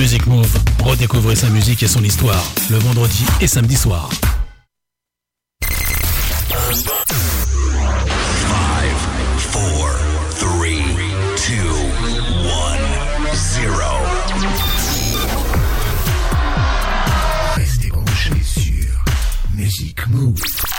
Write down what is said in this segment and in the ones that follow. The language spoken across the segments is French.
Music Move, redécouvrez sa musique et son histoire, le vendredi et samedi soir. 5, 4, 3, 2, 1, 0. Restez branchés sur Music Move.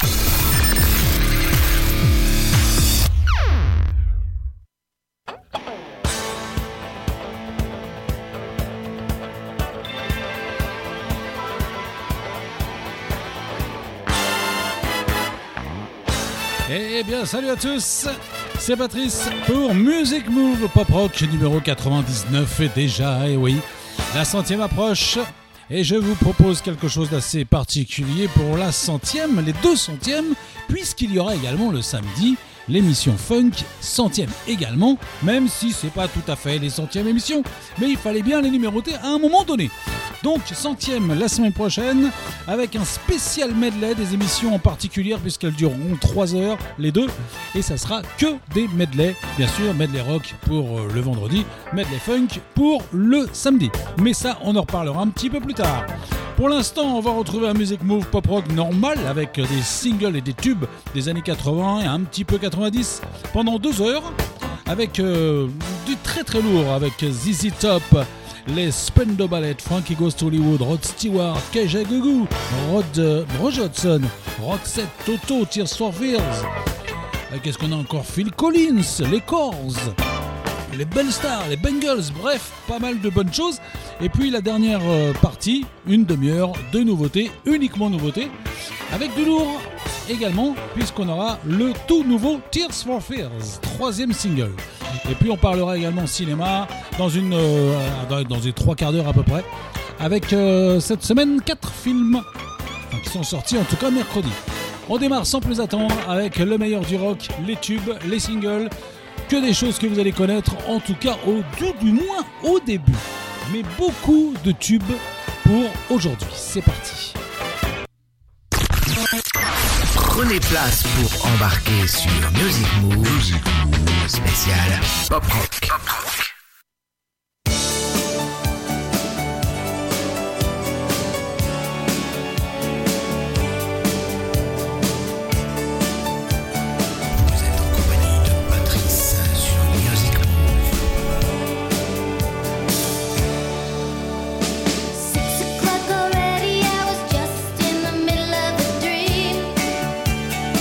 Eh bien, salut à tous, c'est Patrice pour Music Move Pop Rock numéro 99 et déjà, et oui, la 100e approche et je vous propose quelque chose d'assez particulier pour la 100e, les 200e, puisqu'il y aura également le samedi l'émission Funk 100e également, même si c'est pas tout à fait les 100e émissions, mais il fallait bien les numéroter à un moment donné. Donc 100e la semaine prochaine avec un spécial medley des émissions en particulier puisqu'elles dureront 3 heures les deux et ça sera que des medley, bien sûr medley rock pour le vendredi, medley funk pour le samedi. Mais ça on en reparlera un petit peu plus tard. Pour l'instant on va retrouver un Music Move Pop Rock normal avec des singles et des tubes des années 80 et un petit peu 90 pendant 2 heures avec du très très lourd avec ZZ Top, les Spendo Ballet, Frankie Goes to Hollywood, Rod Stewart, KJ Gugu, Roger Hodgson, Roxette, Toto, Tears for Fears. Qu'est-ce qu'on a encore? Phil Collins, les Corrs, les Bell Stars, les Bengals, bref, pas mal de bonnes choses. Et puis la dernière partie, une demi-heure de nouveautés, uniquement nouveautés, avec du lourd également, puisqu'on aura le tout nouveau Tears for Fears, 3e single. Et puis on parlera également cinéma dans les 3 quarts d'heure à peu près, avec cette semaine 4 films qui sont sortis en tout cas mercredi. On démarre sans plus attendre avec le meilleur du rock, les tubes, les singles, que des choses que vous allez connaître en tout cas du moins au début. Mais beaucoup de tubes pour aujourd'hui. C'est parti. Prenez place pour embarquer sur Music Move spécial Pop Rock.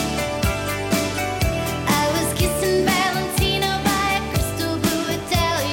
Valentina by a crystal blue Italian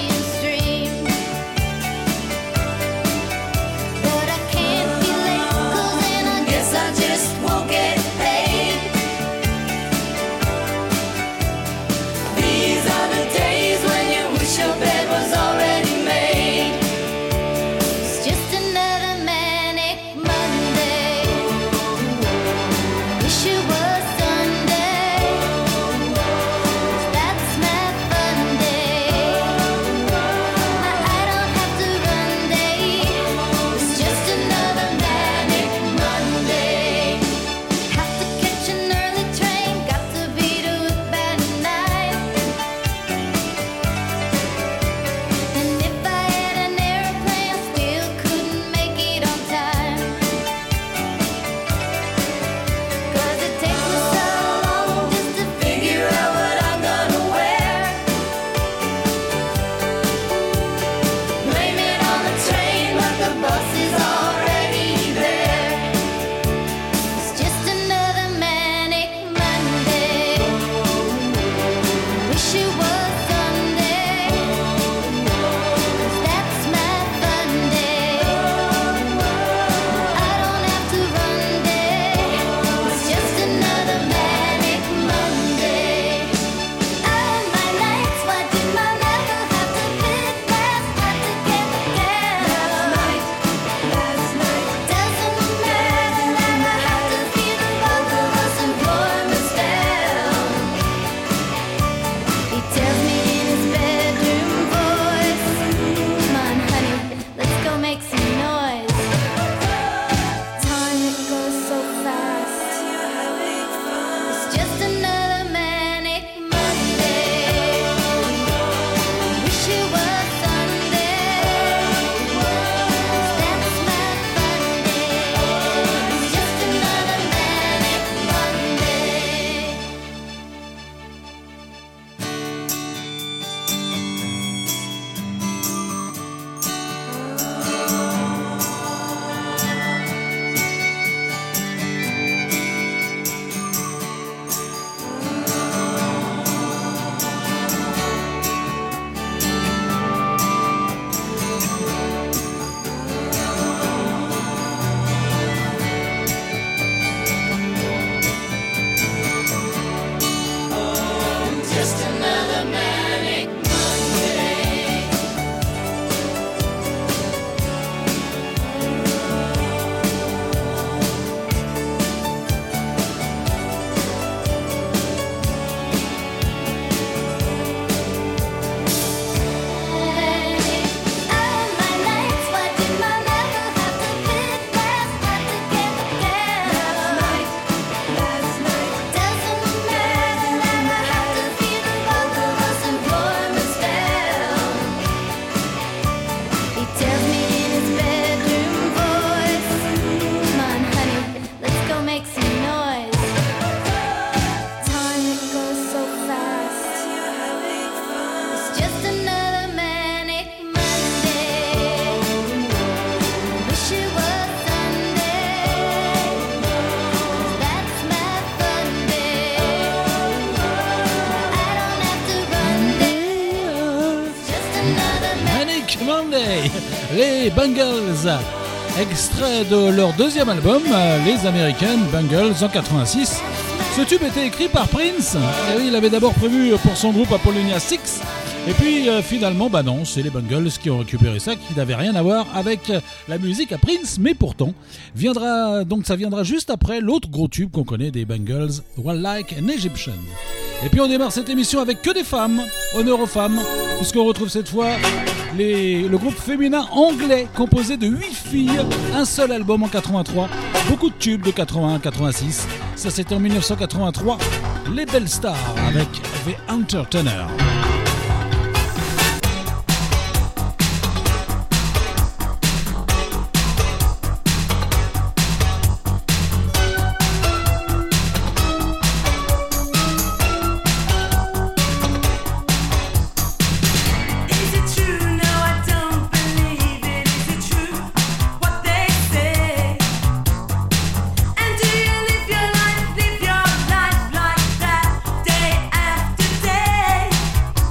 les Bangles, extrait de leur deuxième album, les American Bangles en 86. Ce tube était écrit par Prince, et oui, il avait d'abord prévu pour son groupe Apollonia 6, et puis finalement, bah non, c'est les Bangles qui ont récupéré ça, qui n'avait rien à voir avec la musique à Prince, mais pourtant, ça viendra juste après l'autre gros tube qu'on connaît des Bangles, One Like an Egyptian. Et puis on démarre cette émission avec que des femmes, honneur aux femmes, puisqu'on retrouve cette fois le groupe féminin anglais composé de 8 filles, un seul album en 83, beaucoup de tubes de 81-86, ça c'était en 1983, les Belles Stars avec The Entertainer. Day after day.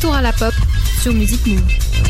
Retour à la pop sur Music Move.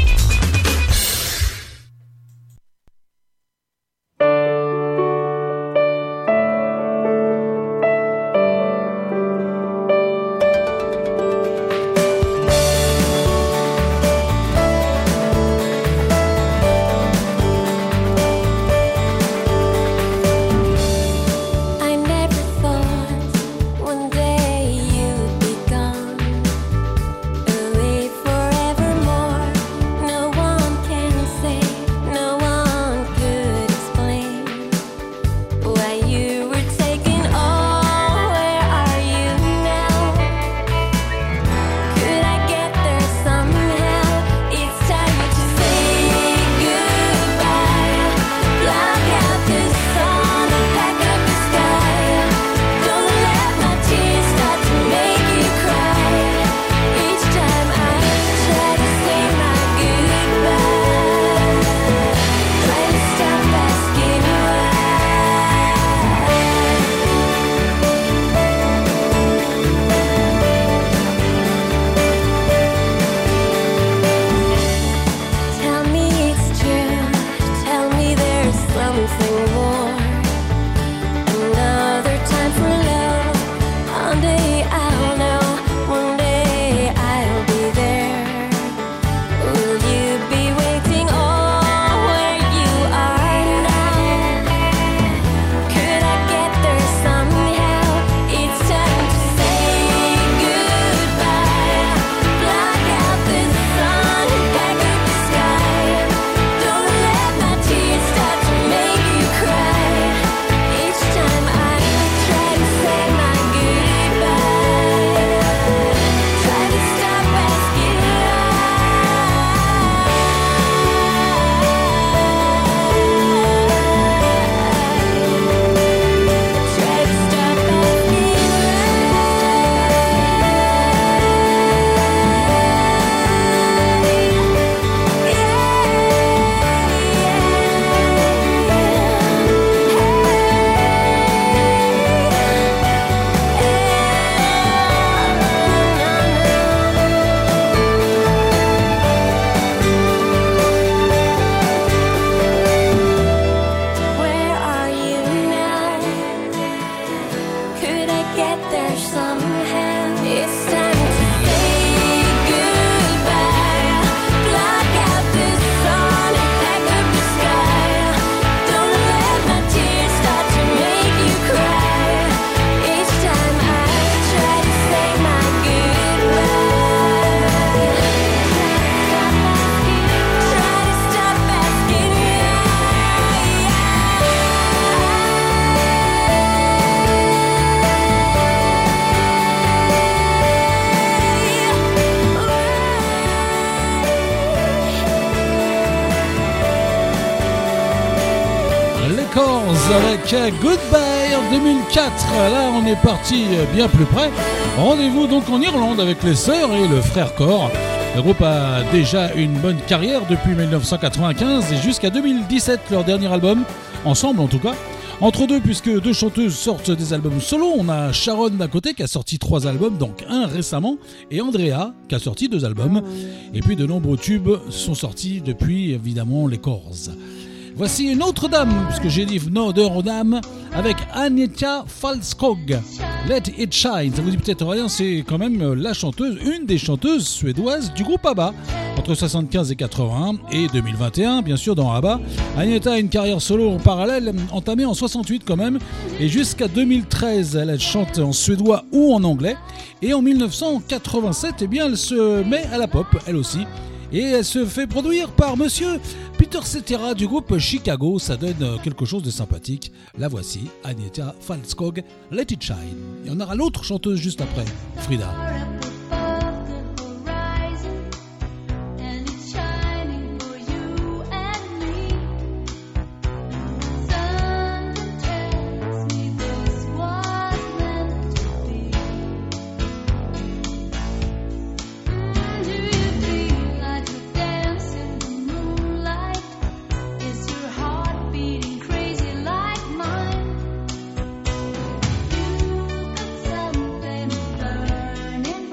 Avec Goodbye en 2004. Là, on est parti bien plus près. Rendez-vous donc en Irlande avec les sœurs et le frère Corr. Le groupe a déjà une bonne carrière depuis 1995 et jusqu'à 2017, leur dernier album, ensemble en tout cas. Entre deux, puisque deux chanteuses sortent des albums solo, on a Sharon d'un côté qui a sorti 3 albums, donc un récemment, et Andrea qui a sorti 2 albums. Et puis de nombreux tubes sont sortis depuis évidemment les Corrs. Voici une autre dame, puisque j'ai dit Northern Dame, avec Agneta Falskog, Let It Shine. Ça vous dit peut-être rien, c'est quand même la chanteuse, une des chanteuses suédoises du groupe ABBA. Entre 75 et 81 et 2021, bien sûr, dans ABBA. Agneta a une carrière solo en parallèle, entamée en 68 quand même, et jusqu'à 2013, elle chante en suédois ou en anglais. Et en 1987, eh bien, elle se met à la pop, elle aussi. Et elle se fait produire par monsieur Peter Cetera du groupe Chicago. Ça donne quelque chose de sympathique. La voici, Agneta Falskog, Let It Shine. Et on aura l'autre chanteuse juste après, Frida. Something burning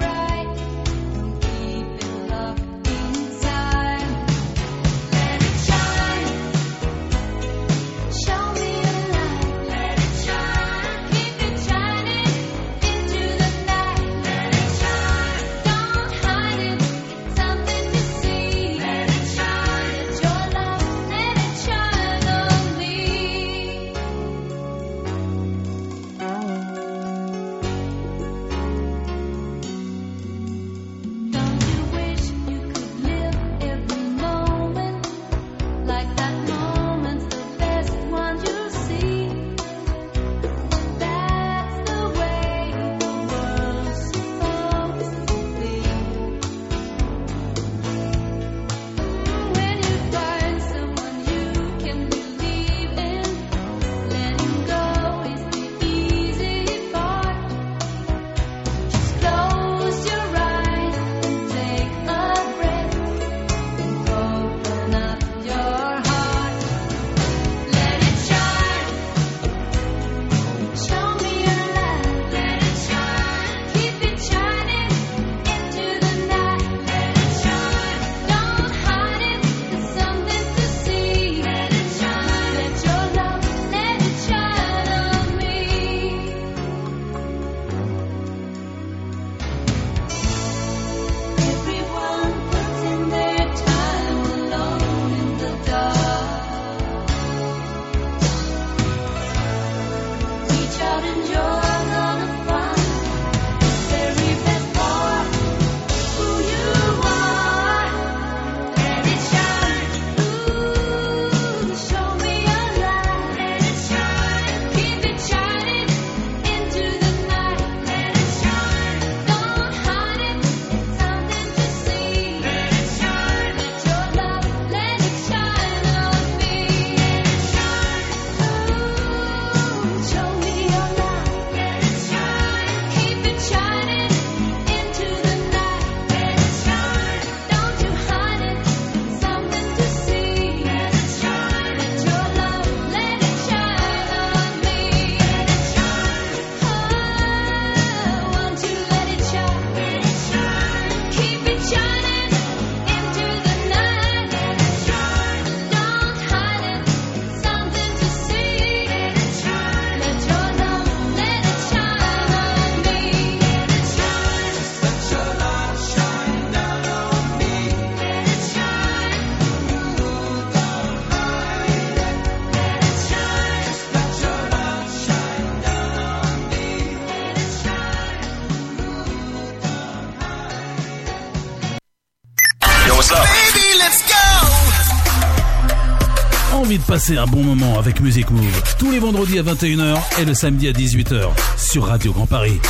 de passer un bon moment avec Music Move. Tous les vendredis à 21h et le samedi à 18h sur Radio Grand Paris.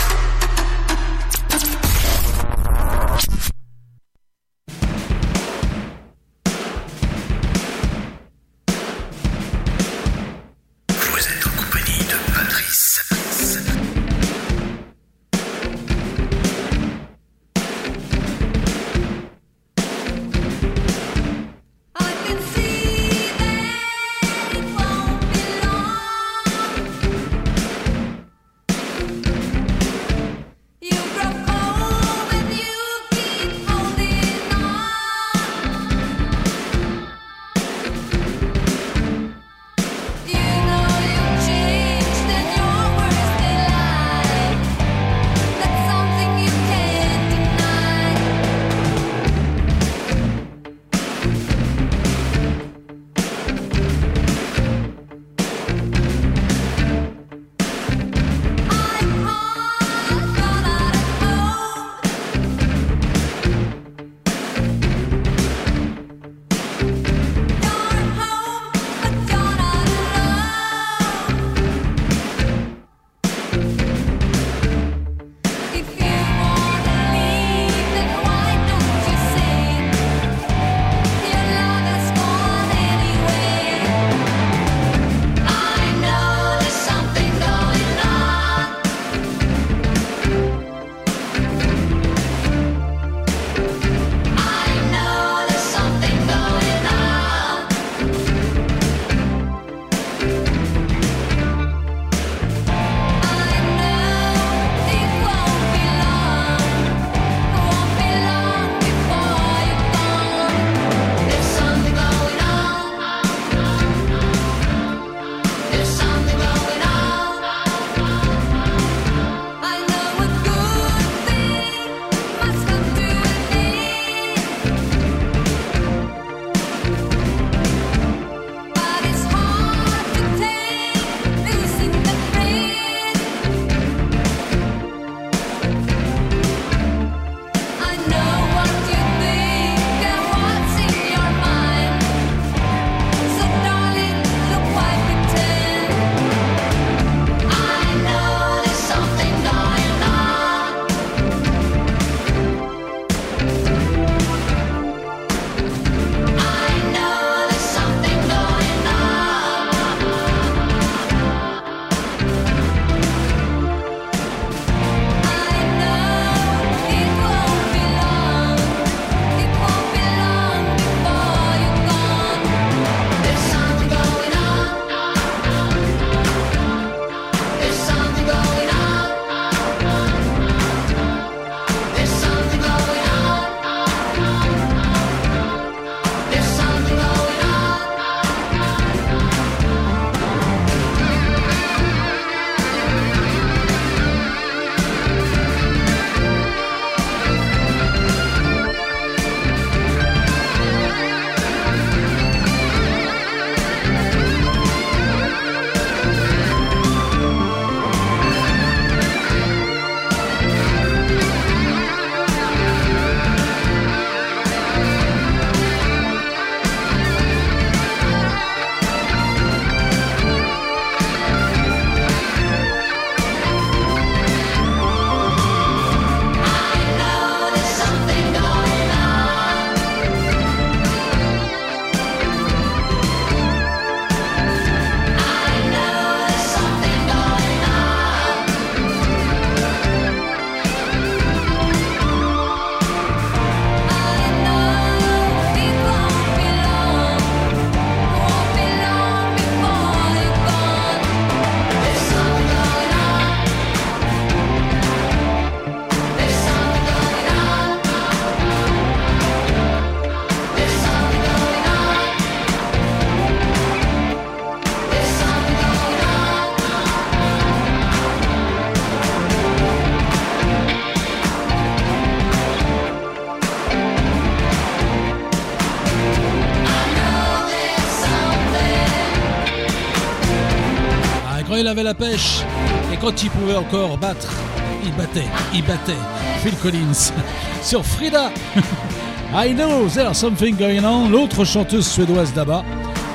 il avait la pêche. Et quand il pouvait encore battre, il battait. Phil Collins sur Frida. I know there's something going on. L'autre chanteuse suédoise d'Abba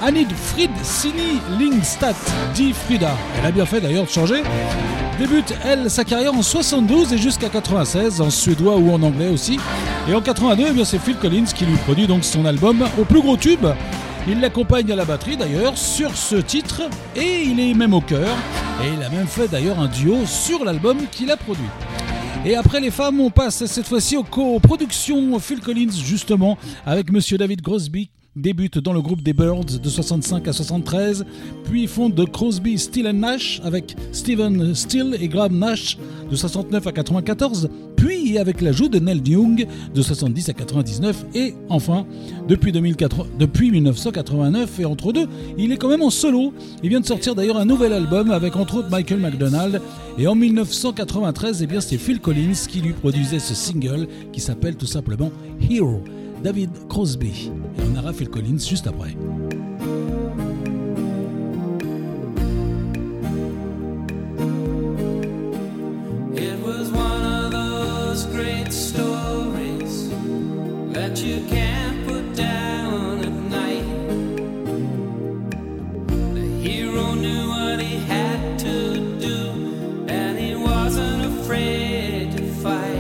Annick Fried Sini Lingstad, dit Frida. Elle a bien fait d'ailleurs de changer. Débute, elle, sa carrière en 72 et jusqu'à 96, en suédois ou en anglais aussi. Et en 82, eh bien, c'est Phil Collins qui lui produit donc son album au plus gros tube. Il l'accompagne à la batterie d'ailleurs sur ce titre et il est même au chœur. Et il a même fait d'ailleurs un duo sur l'album qu'il a produit. Et après les femmes, on passe cette fois-ci aux productions Phil Collins justement avec Monsieur David Crosby. Débute dans le groupe des Birds de 65 à 73, puis fonde Crosby, Still Nash avec Stephen Still et Graham Nash de 69 à 94, puis avec l'ajout de Neil Young de 70 à 99 et enfin depuis 1989 et entre deux, il est quand même en solo. Il vient de sortir d'ailleurs un nouvel album avec entre autres Michael McDonald et en 1993, eh bien c'est Phil Collins qui lui produisait ce single qui s'appelle tout simplement Hero. David Crosby. Et on aura Phil Collins juste après. It was one of those great stories that you can't put down at night. The hero knew what he had to do and he wasn't afraid to fight.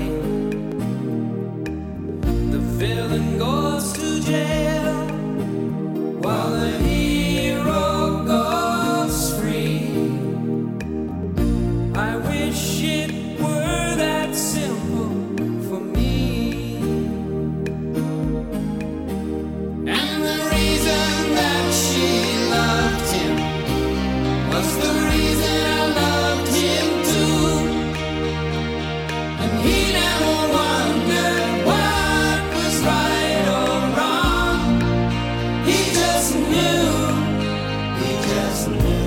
The villain goes to jail while the hero goes free. I wish it were that simple for me. And the reason that she loved him was the reason I loved him too. And he never wondered what was right or wrong. He just knew, he just knew.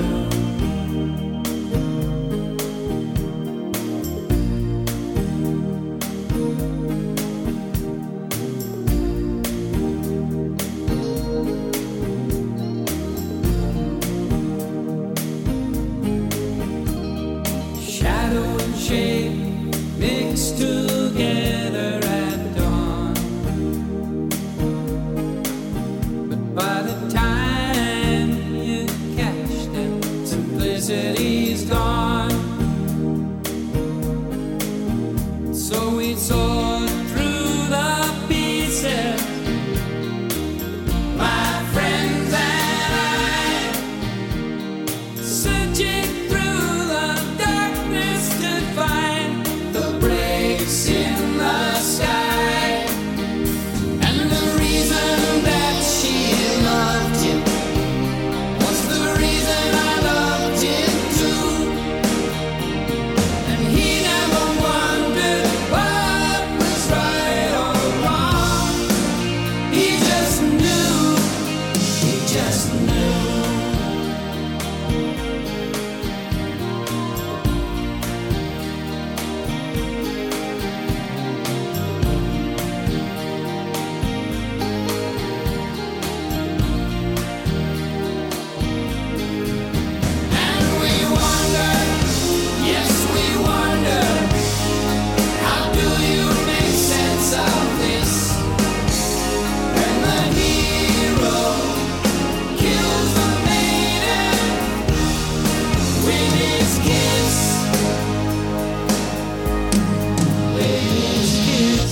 Shadow and shape mixed together at dawn. But by the time you catch them, simplicity's gone. So we sort through the pieces, my friends and I, searching through the darkness to find the breaks in the sky. And the reason that she loved him was the reason I loved him too. And he never wondered what was right or wrong. He just knew, he just knew. And we wonder, yes we wonder, how do you make sense of this? When the hero kills the maiden with his kiss, with his kiss.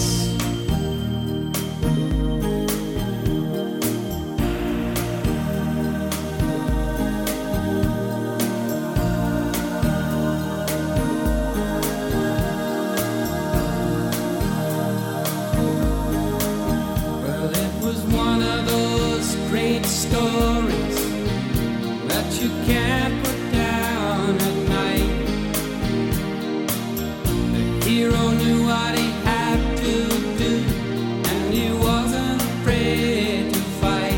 Well, it was one of those great stories that you can't put down at night. The hero knew what he had to do, and he wasn't afraid to fight.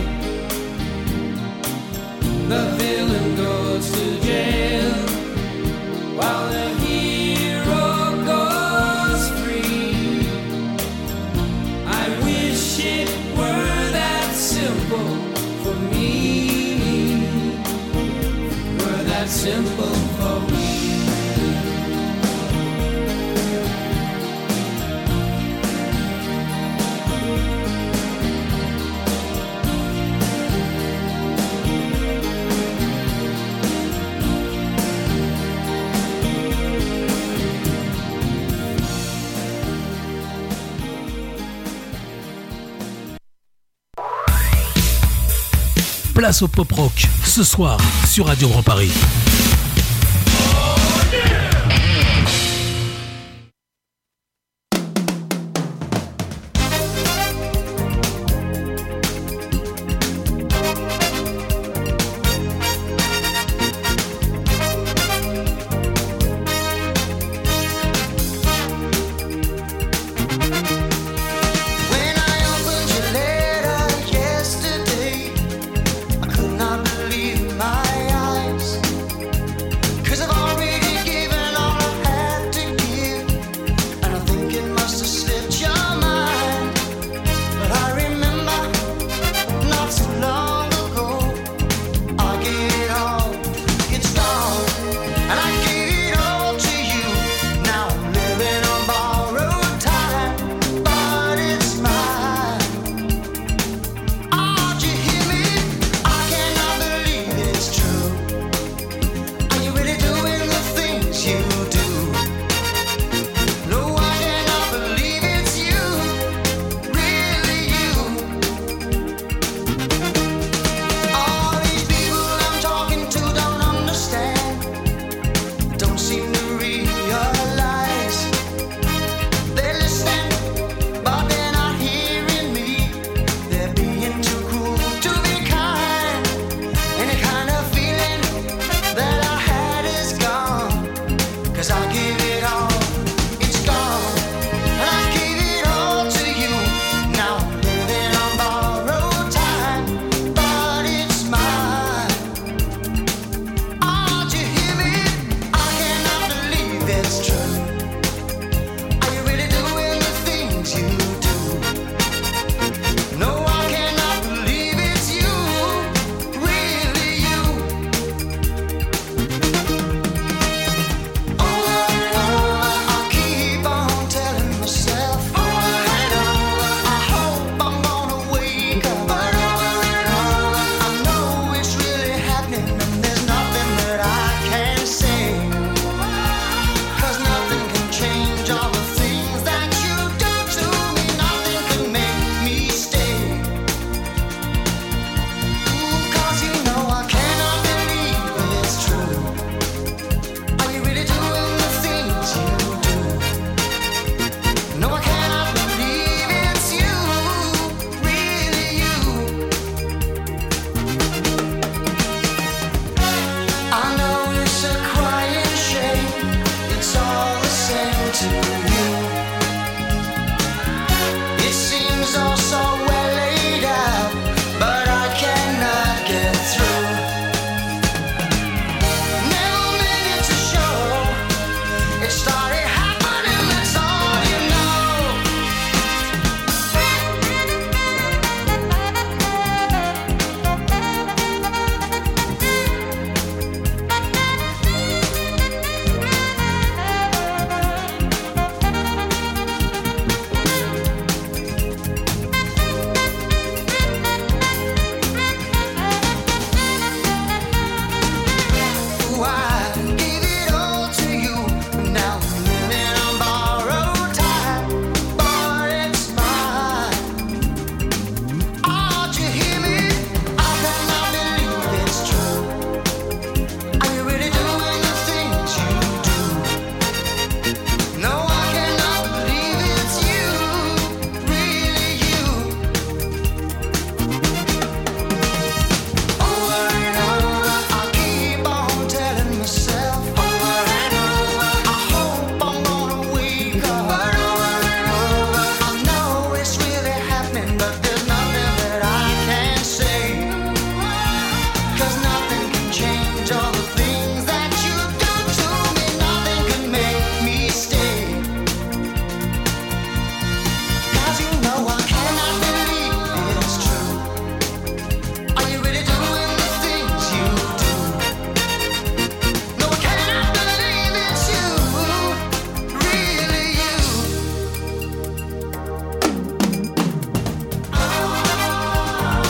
The villain goes to jail while the hero goes free. I wish it were that simple for me. Were that simple for me. place au pop rock ce soir sur Radio Grand Paris.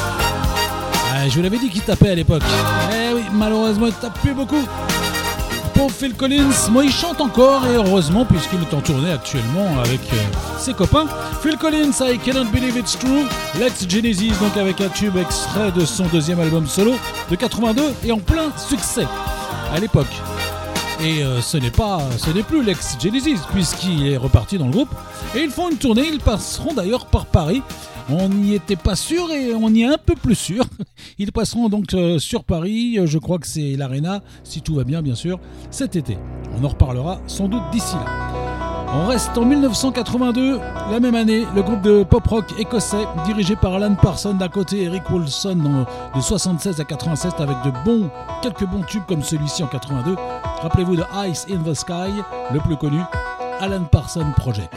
Je vous l'avais dit qu'il tapait à l'époque. Eh oui, malheureusement, il tape plus beaucoup. pauvre Phil Collins, moi il chante encore et heureusement puisqu'il est en tournée actuellement avec ses copains. Phil Collins, I Cannot Believe It's True, l'ex Genesis, donc avec un tube extrait de son deuxième album solo de 82 et en plein succès à l'époque. Et ce n'est plus l'ex Genesis puisqu'il est reparti dans le groupe et ils font une tournée, ils passeront d'ailleurs par Paris. On n'y était pas sûr et on y est un peu plus sûr. Ils passeront donc sur Paris, je crois que c'est l'Arena, si tout va bien bien sûr, cet été. On en reparlera sans doute d'ici là. On reste en 1982, la même année, le groupe de pop-rock écossais dirigé par Alan Parsons d'un côté, Eric Woolson de 76 à 87 avec quelques bons tubes comme celui-ci en 82. Rappelez-vous de Ice in the Sky, le plus connu, Alan Parsons Project.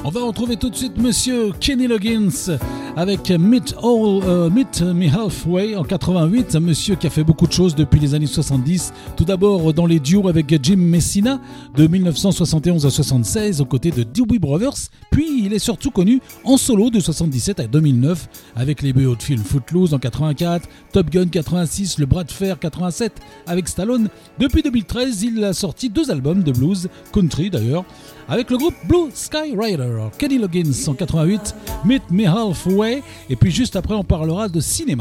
On va retrouver tout de suite Monsieur Kenny Loggins avec Meet Me Halfway en 88. Un monsieur qui a fait beaucoup de choses depuis les années 70. Tout d'abord dans les duos avec Jim Messina de 1971 à 76 aux côtés de Doobie Brothers. Puis il est surtout connu en solo de 77 à 2009 avec les BO de films Footloose en 84, Top Gun 86, Le Bras de Fer 87 avec Stallone. Depuis 2013, il a sorti 2 albums de blues, country d'ailleurs, avec le groupe Blue Sky Rider. Kenny Loggins en 88, Meet Me Halfway, et puis juste après on parlera de cinéma.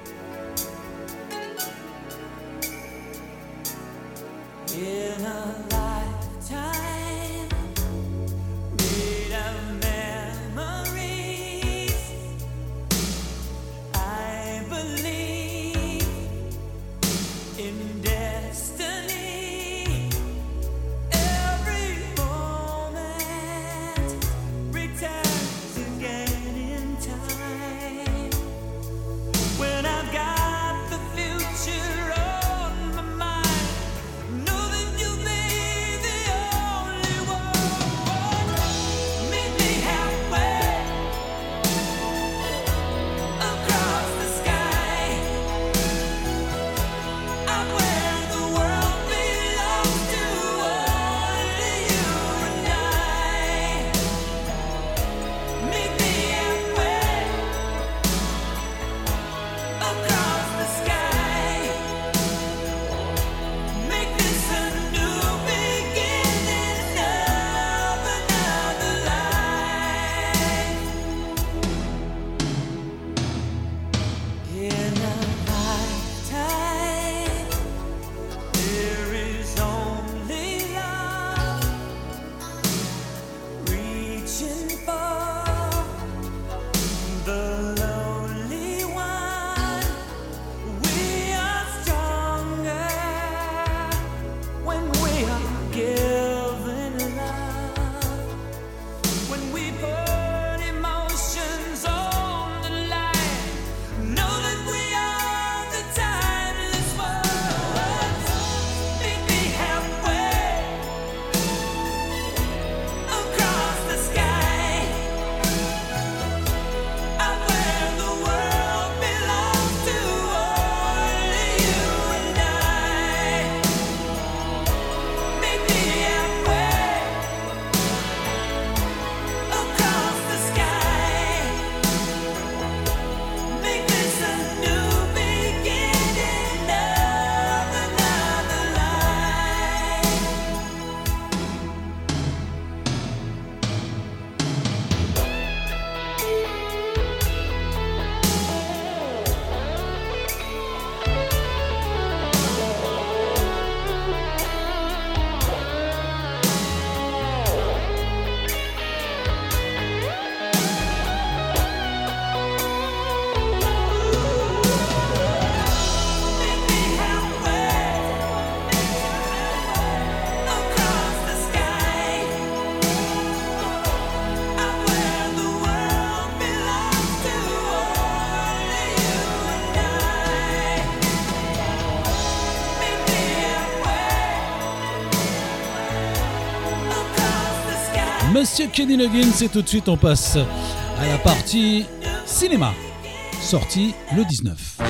Monsieur Kenny Loggins, et tout de suite on passe à la partie cinéma, sortie le 19.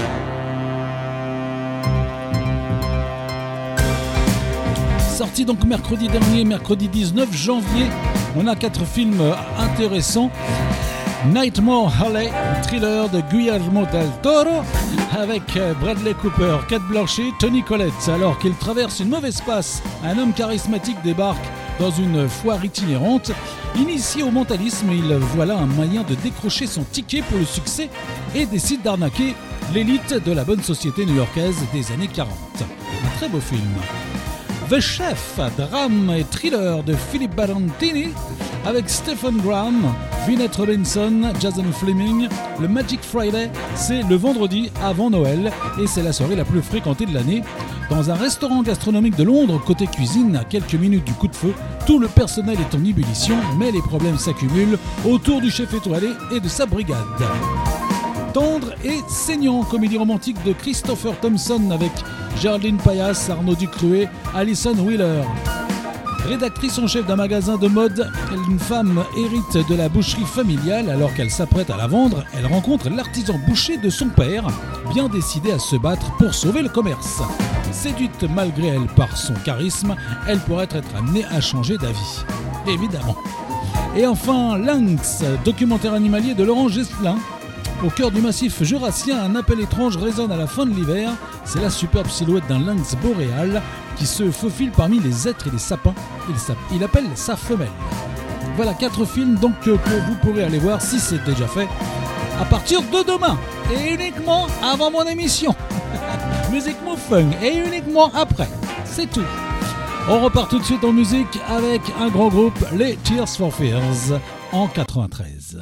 Sorti donc mercredi dernier, mercredi 19 janvier, on a 4 films intéressants. Nightmare Alley, thriller de Guillermo del Toro, avec Bradley Cooper, Kate Blanchett, Toni Collette. Alors qu'il traverse une mauvaise passe, un homme charismatique débarque dans une foire itinérante. Initié au mentalisme, il voit là un moyen de décrocher son ticket pour le succès et décide d'arnaquer l'élite de la bonne société new-yorkaise des années 40. Un très beau film. The Chef, drame et thriller de Philippe Barantini, avec Stephen Graham, Vinette Robinson, Jason Fleming. Le Magic Friday, c'est le vendredi avant Noël et c'est la soirée la plus fréquentée de l'année. Dans un restaurant gastronomique de Londres, côté cuisine, à quelques minutes du coup de feu, tout le personnel est en ébullition, mais les problèmes s'accumulent autour du chef étoilé et de sa brigade. Tendre et saignant, comédie romantique de Christopher Thompson avec Geraldine Payas, Arnaud Ducruet, Alison Wheeler. Rédactrice en chef d'un magasin de mode, une femme hérite de la boucherie familiale. Alors qu'elle s'apprête à la vendre, elle rencontre l'artisan boucher de son père, bien décidé à se battre pour sauver le commerce. Séduite malgré elle par son charisme, elle pourrait être amenée à changer d'avis. Évidemment. Et enfin, Lynx, documentaire animalier de Laurent Gestelin. Au cœur du massif jurassien, un appel étrange résonne à la fin de l'hiver. C'est la superbe silhouette d'un lynx boréal qui se faufile parmi les êtres et les sapins. Il appelle sa femelle. Voilà 4 films donc que vous pourrez aller voir si c'est déjà fait à partir de demain et uniquement avant mon émission. Music Move Fun et uniquement après. C'est tout. On repart tout de suite en musique avec un grand groupe, les Tears for Fears, en 93.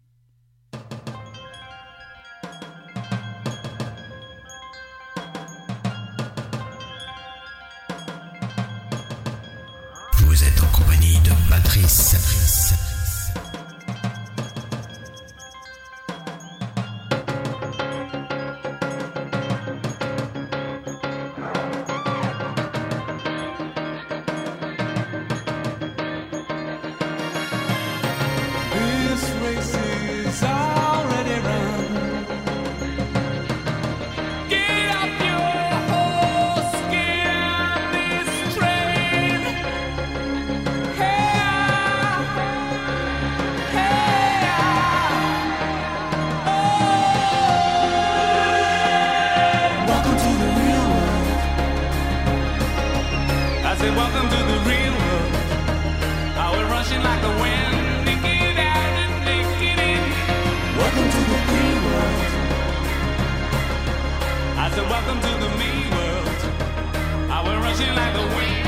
Vous êtes en compagnie de Patrice. This race is already run. Get off your horse, get on this train. Hey, hey, oh. Welcome to the real world. I say welcome to the real world. I was rushing like the wind. Welcome to the free world. I said welcome to the me world. I went rushing like the wind.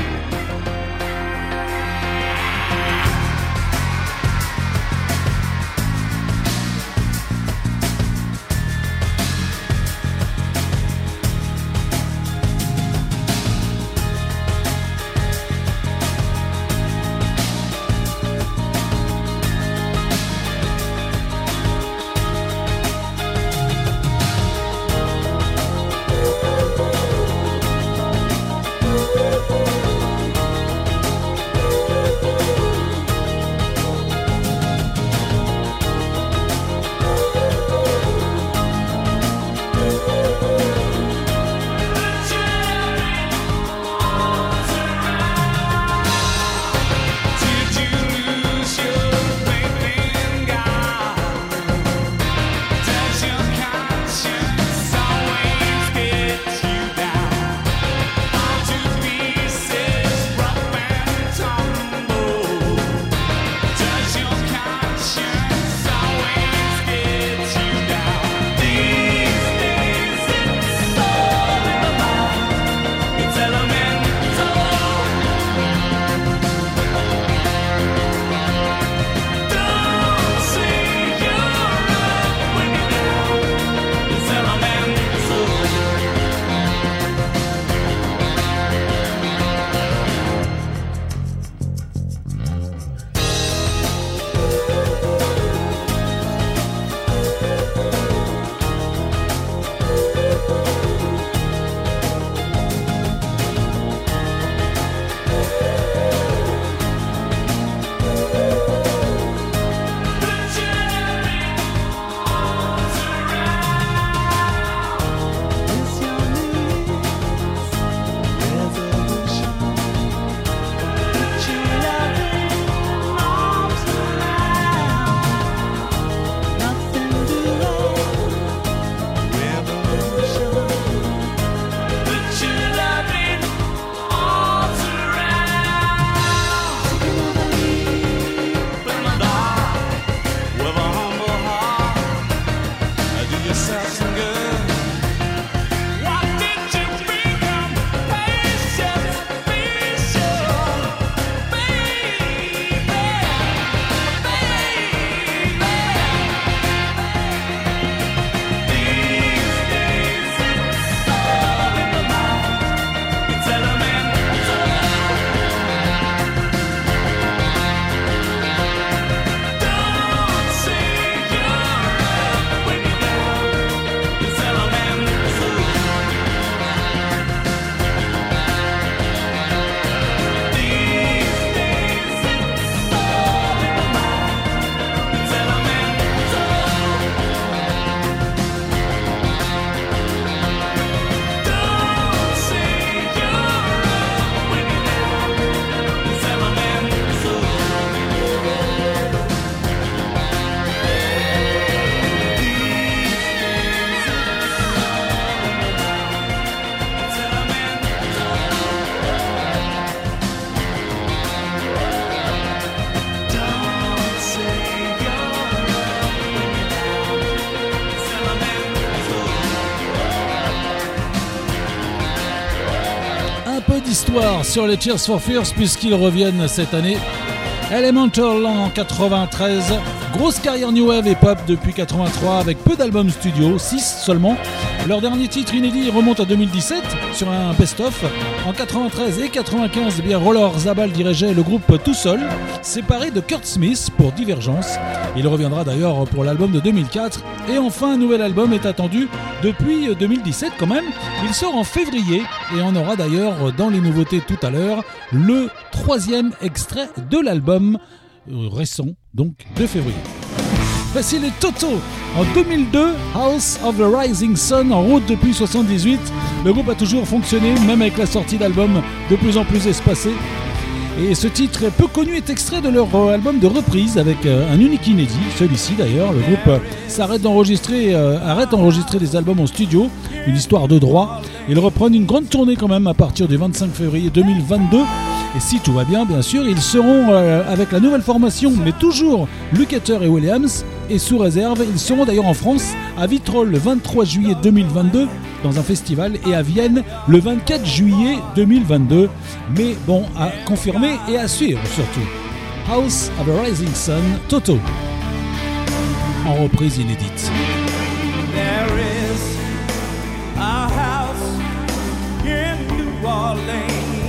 peu d'histoire sur les Tears for Fears puisqu'ils reviennent cette année. Elemental en 93, grosse carrière new wave et pop depuis 83 avec peu d'albums studio, 6 seulement. Leur dernier titre inédit remonte à 2017 sur un best-of. En 93 et 95, eh bien Roller Zabal dirigeait le groupe tout seul, séparé de Kurt Smith pour Divergence. Il reviendra d'ailleurs pour l'album de 2004. Et enfin, un nouvel album est attendu depuis 2017 quand même. Il sort en février et on aura d'ailleurs dans les nouveautés tout à l'heure le 3e extrait de l'album récent, donc de février. Voici les Toto. En 2002, House of the Rising Sun en route depuis 78. Le groupe a toujours fonctionné, même avec la sortie d'albums de plus en plus espacés. Et ce titre peu connu est extrait de leur album de reprise avec un unique inédit, celui-ci d'ailleurs. Le groupe arrête d'enregistrer des albums en studio, une histoire de droit. Ils reprennent une grande tournée quand même à partir du 25 février 2022. Et si tout va bien, bien sûr, ils seront avec la nouvelle formation, mais toujours Lukather et Williams. Et sous réserve, ils seront d'ailleurs en France, à Vitrolles le 23 juillet 2022, dans un festival, et à Vienne le 24 juillet 2022. Mais bon, à confirmer et à suivre surtout. House of the Rising Sun, Toto, en reprise inédite. There is a house in New Orleans.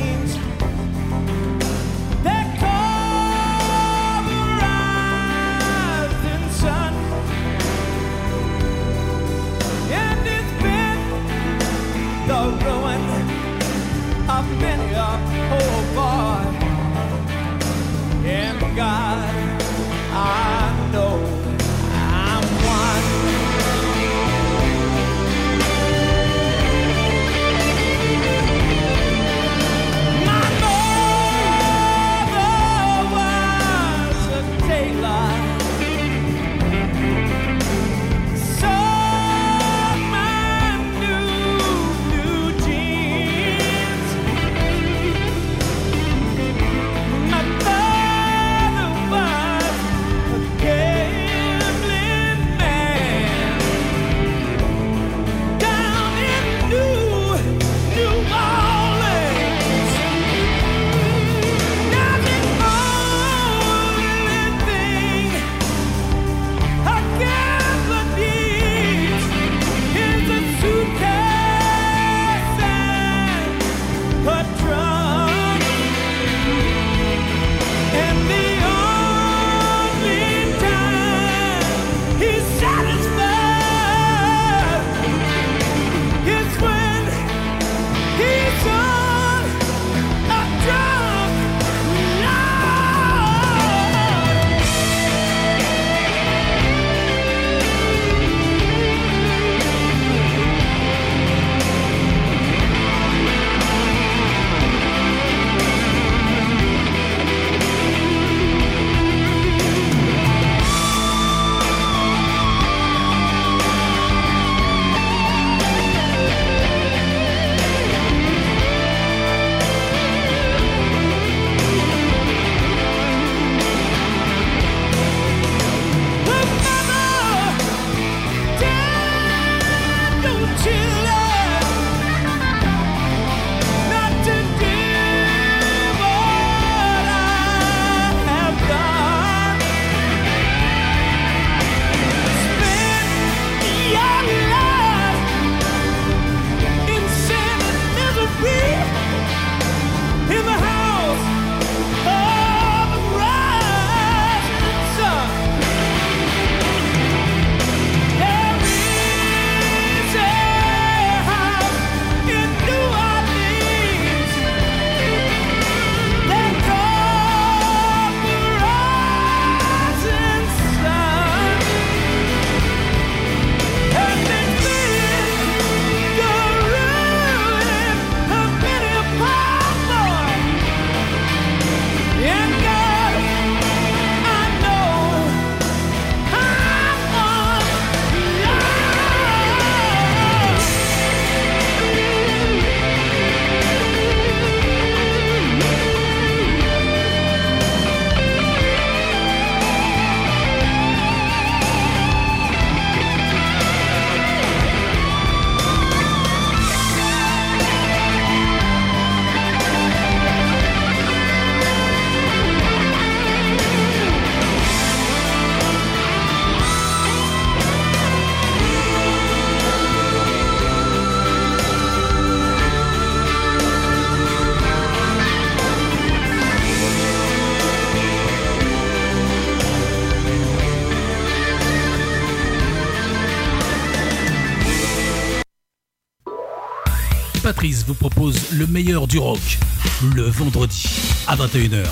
They call the rising sun, and it's been the ruin of many a poor boy. And God, I know I'm one. My mother was a tailor, sewed my new jeans. My father was a Patrice vous propose le meilleur du rock, le vendredi à 21h.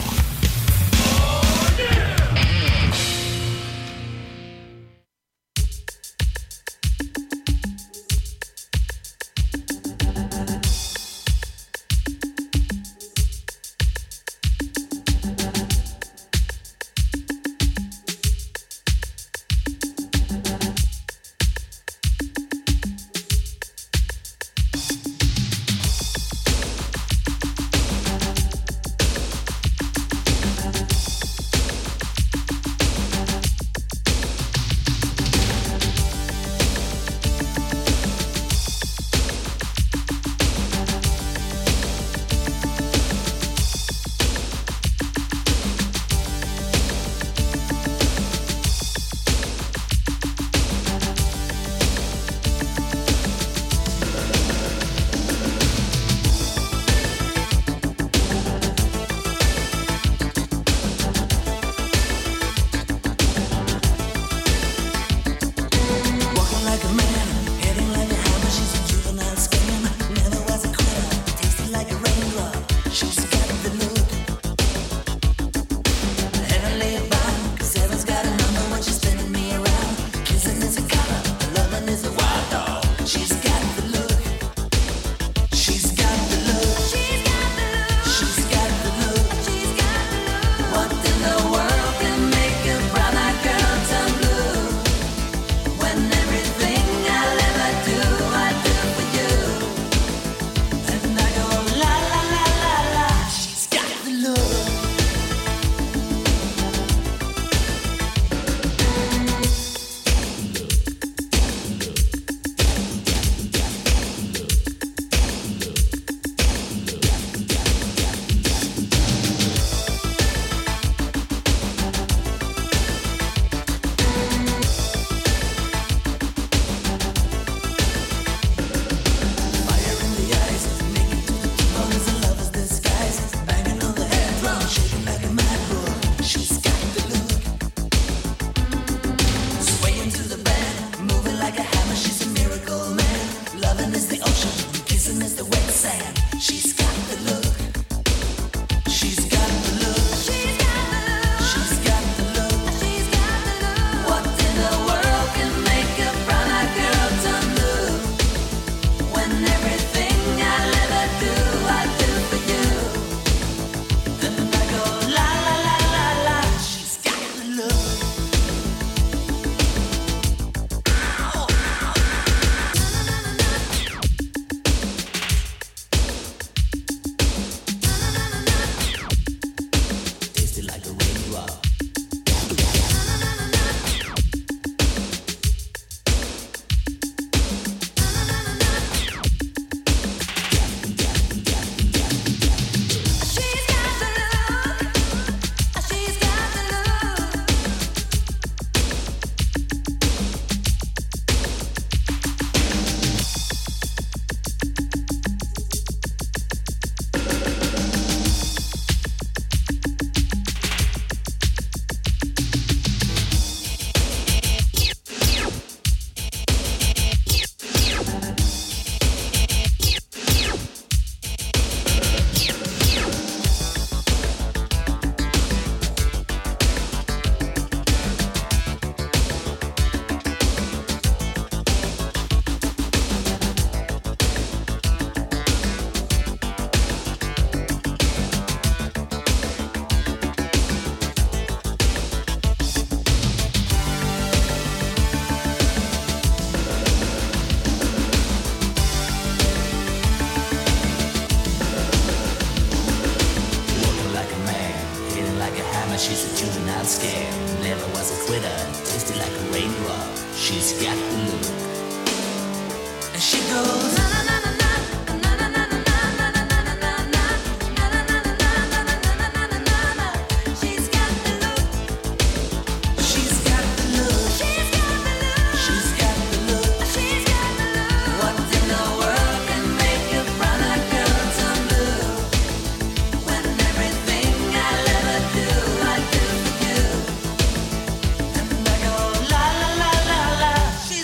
She's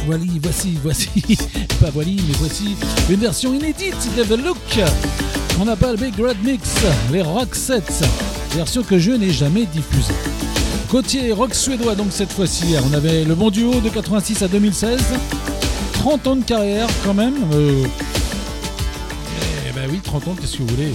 voici, pas voili, mais voici une version inédite de The Look qu'on appelle Big Red Mix, les Roxettes, version que je n'ai jamais diffusée. Côté rock suédois donc cette fois-ci, on avait le bon duo de 86 à 2016, 30 ans de carrière quand même, oui 30 ans, qu'est-ce que vous voulez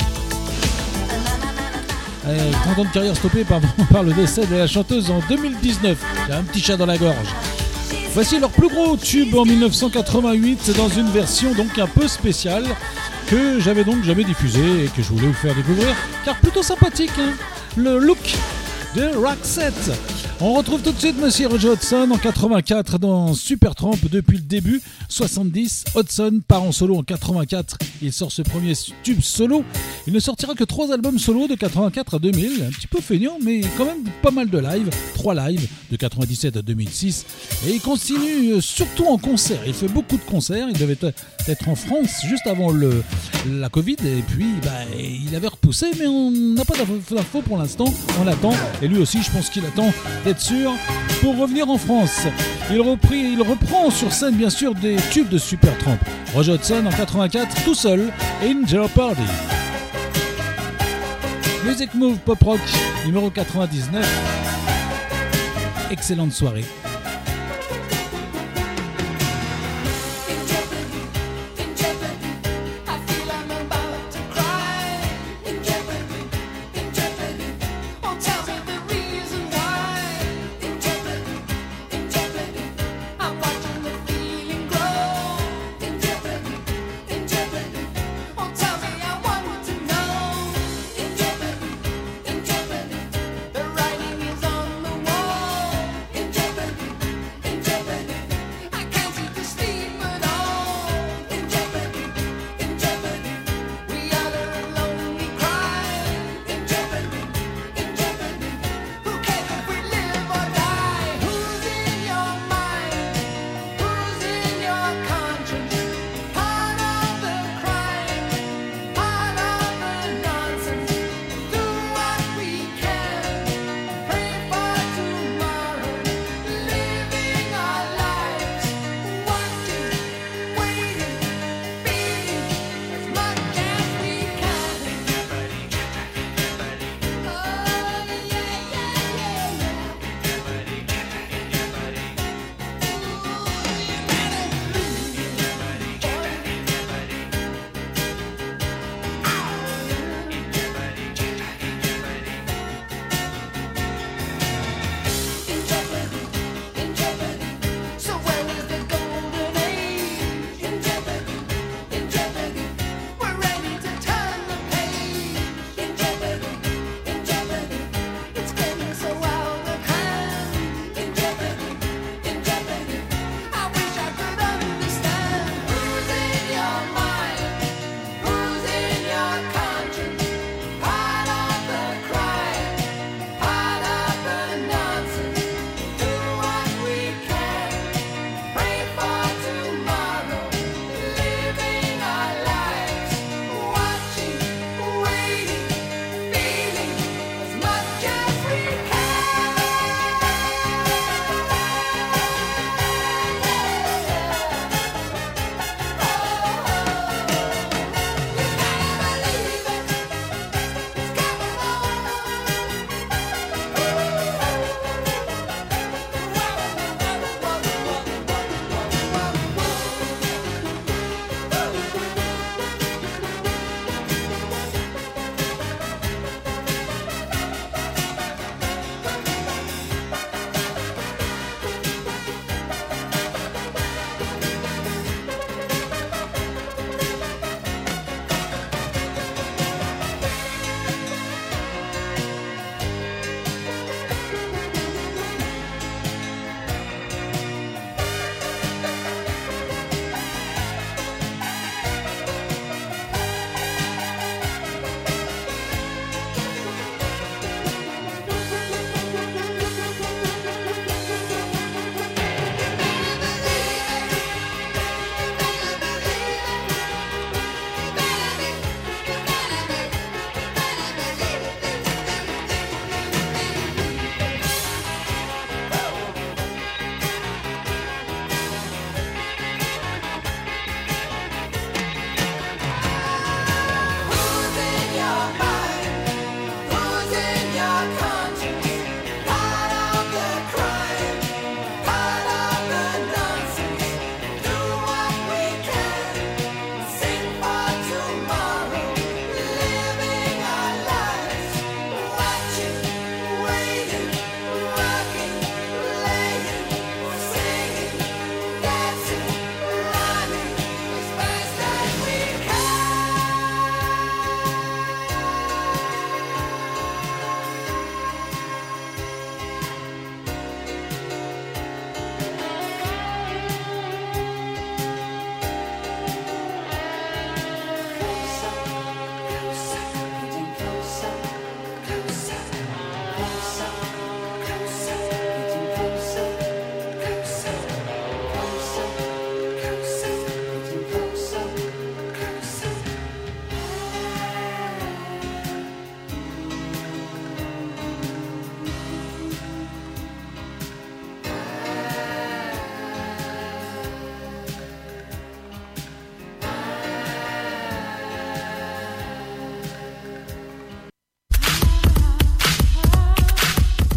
30 ans de carrière stoppée par le décès de la chanteuse en 2019, j'ai un petit chat dans la gorge. Voici leur plus gros tube en 1988 dans une version donc un peu spéciale que j'avais donc jamais diffusée et que je voulais vous faire découvrir car plutôt sympathique hein, le look de Roxette. On retrouve tout de suite Monsieur Roger Hodgson en 84 dans Supertramp depuis le début. 70, Hodgson part en solo en 84. Il sort ce premier tube solo. Il ne sortira que 3 albums solo de 84 à 2000. Un petit peu feignant, mais quand même pas mal de live. 3 lives de 97 à 2006. Et il continue surtout en concert. Il fait beaucoup de concerts. Il devait être en France juste avant la Covid. Et puis, il avait repoussé, mais on n'a pas d'infos pour l'instant. On attend. Et lui aussi, je pense qu'il attend d'être sûr pour revenir en France. Il reprend sur scène bien sûr des tubes de Supertramp. Roger Hodgson en 84 tout seul, In Jeopardy. Music Move Pop Rock numéro 99. Excellente soirée. The writing is on the wall. In jeopardy.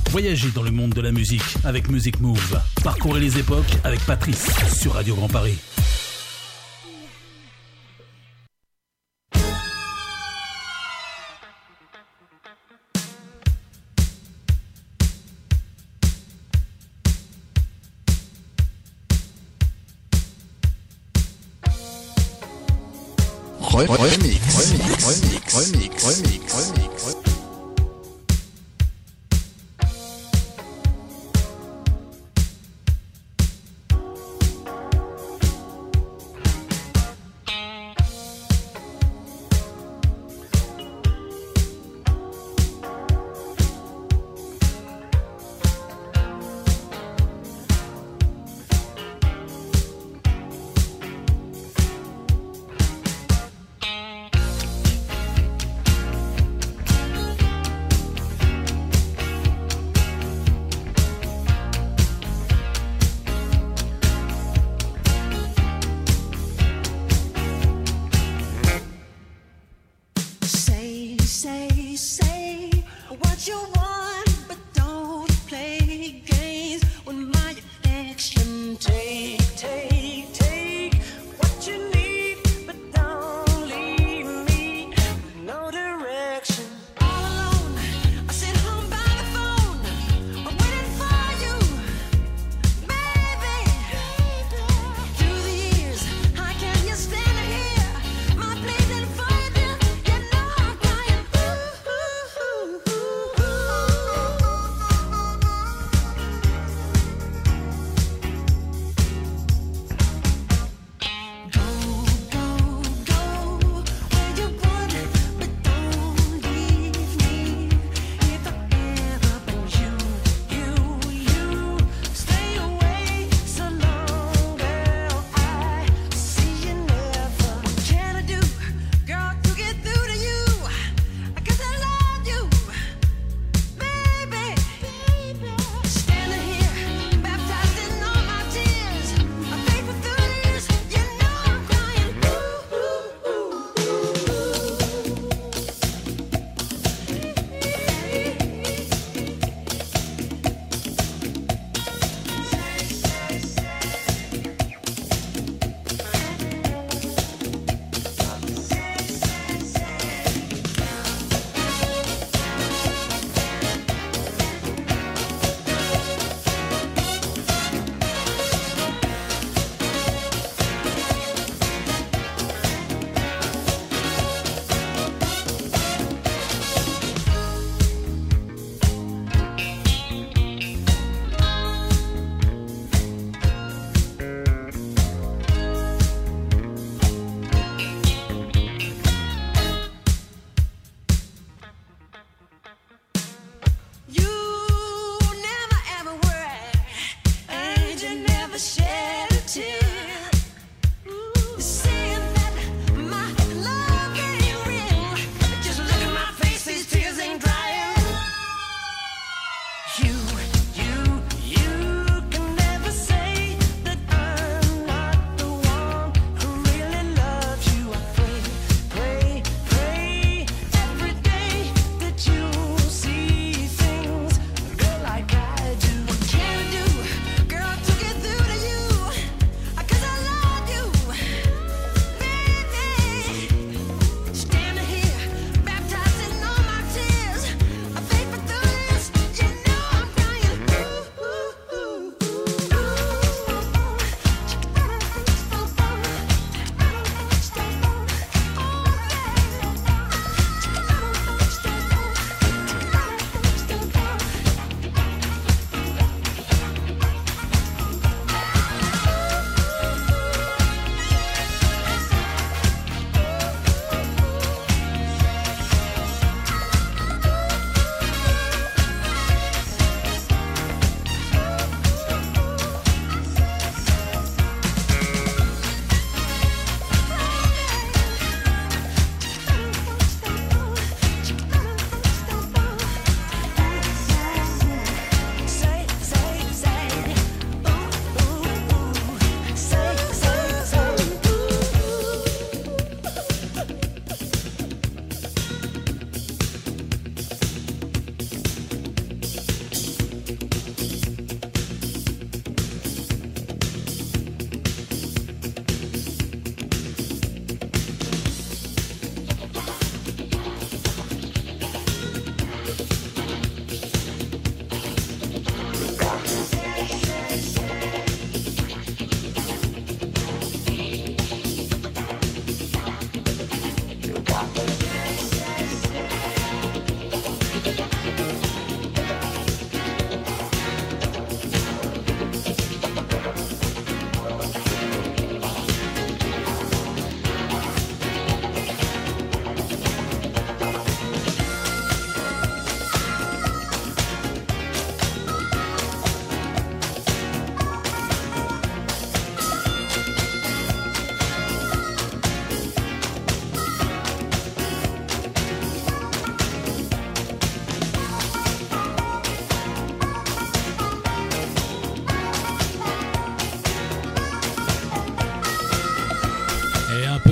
Voyagez dans le monde de la musique avec Music Move. Parcourez les époques avec Patrice sur Radio Grand Paris. Remix.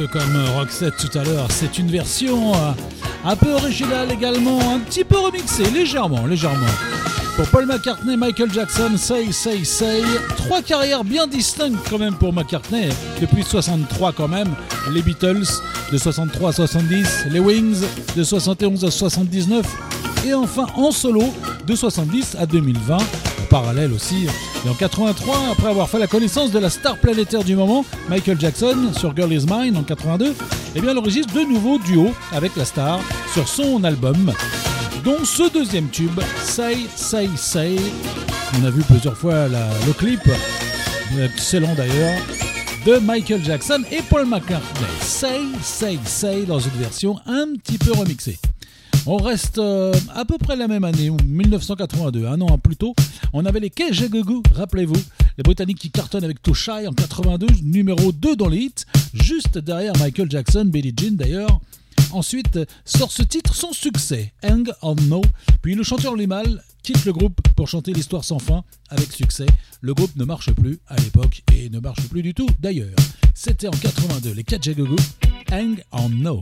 peu comme Roxette tout à l'heure. C'est une version un peu originale également, un petit peu remixée, légèrement. Pour Paul McCartney, Michael Jackson, Say, Say, Say. 3 carrières bien distinctes quand même pour McCartney. Depuis 63 quand même, les Beatles de 63 à 70, les Wings de 71 à 79 et enfin en solo de 70 à 2020. En parallèle aussi, et en 83, après avoir fait la connaissance de la star planétaire du moment, Michael Jackson sur Girl Is Mine en 82, eh bien, il enregistre de nouveaux duos avec la star sur son album, dont ce deuxième tube, Say, Say, Say. On a vu plusieurs fois le clip, excellent d'ailleurs, de Michael Jackson et Paul McCartney. Say, Say, Say dans une version un petit peu remixée. On reste à peu près la même année, 1982, un an plus tôt. On avait les Kajagoogoo, rappelez-vous, les Britanniques qui cartonnent avec Too Shy en 82, numéro 2 dans les hits, juste derrière Michael Jackson, Billie Jean d'ailleurs. Ensuite sort ce titre sans succès, Hang On No, puis le chanteur Limahl quitte le groupe pour chanter l'histoire sans fin avec succès. Le groupe ne marche plus à l'époque et ne marche plus du tout d'ailleurs. C'était en 82, les Kajagoogoo, Hang On No.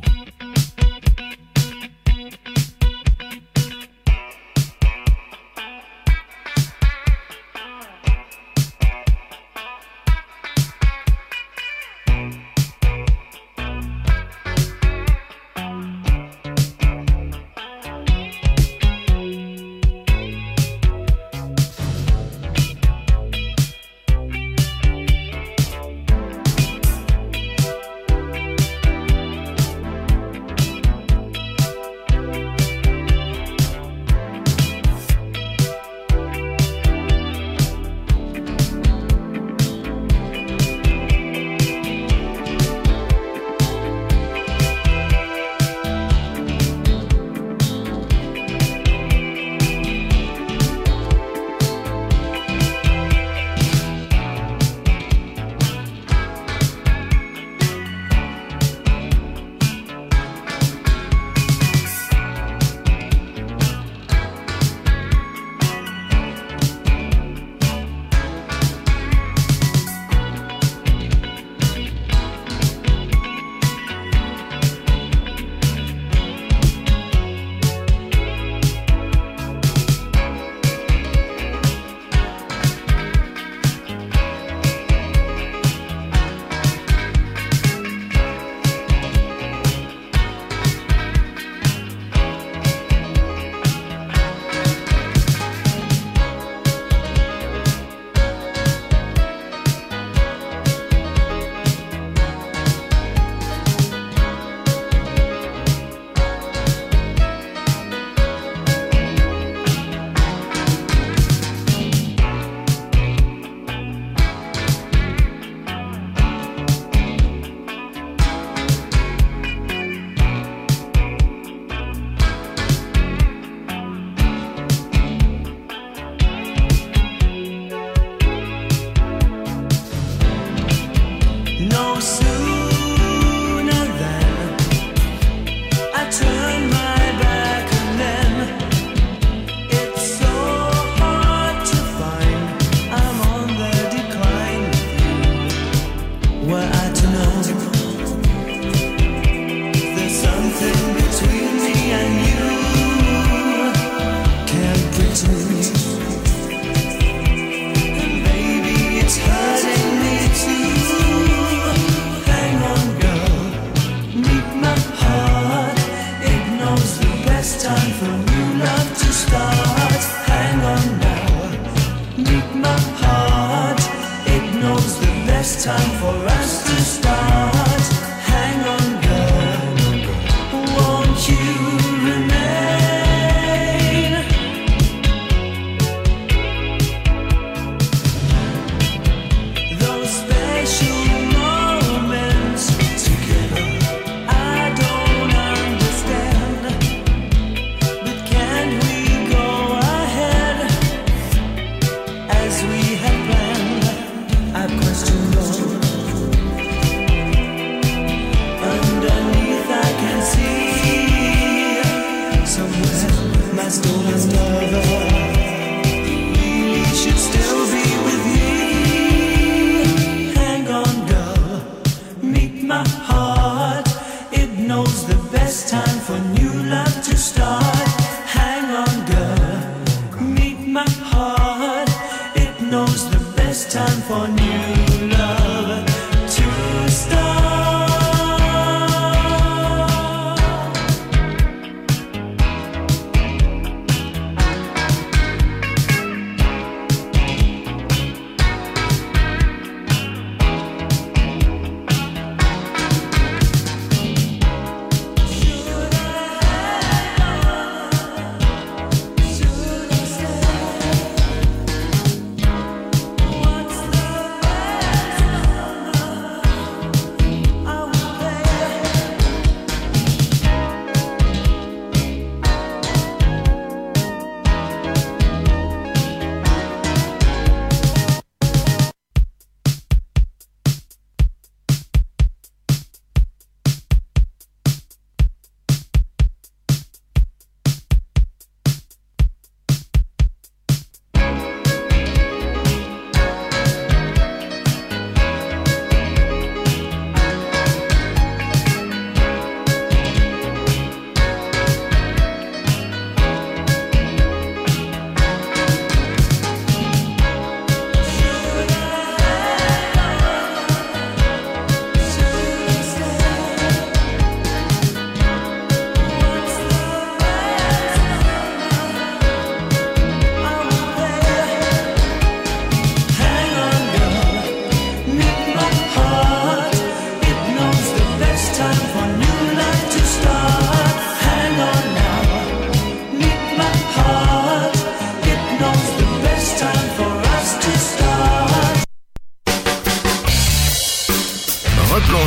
My heart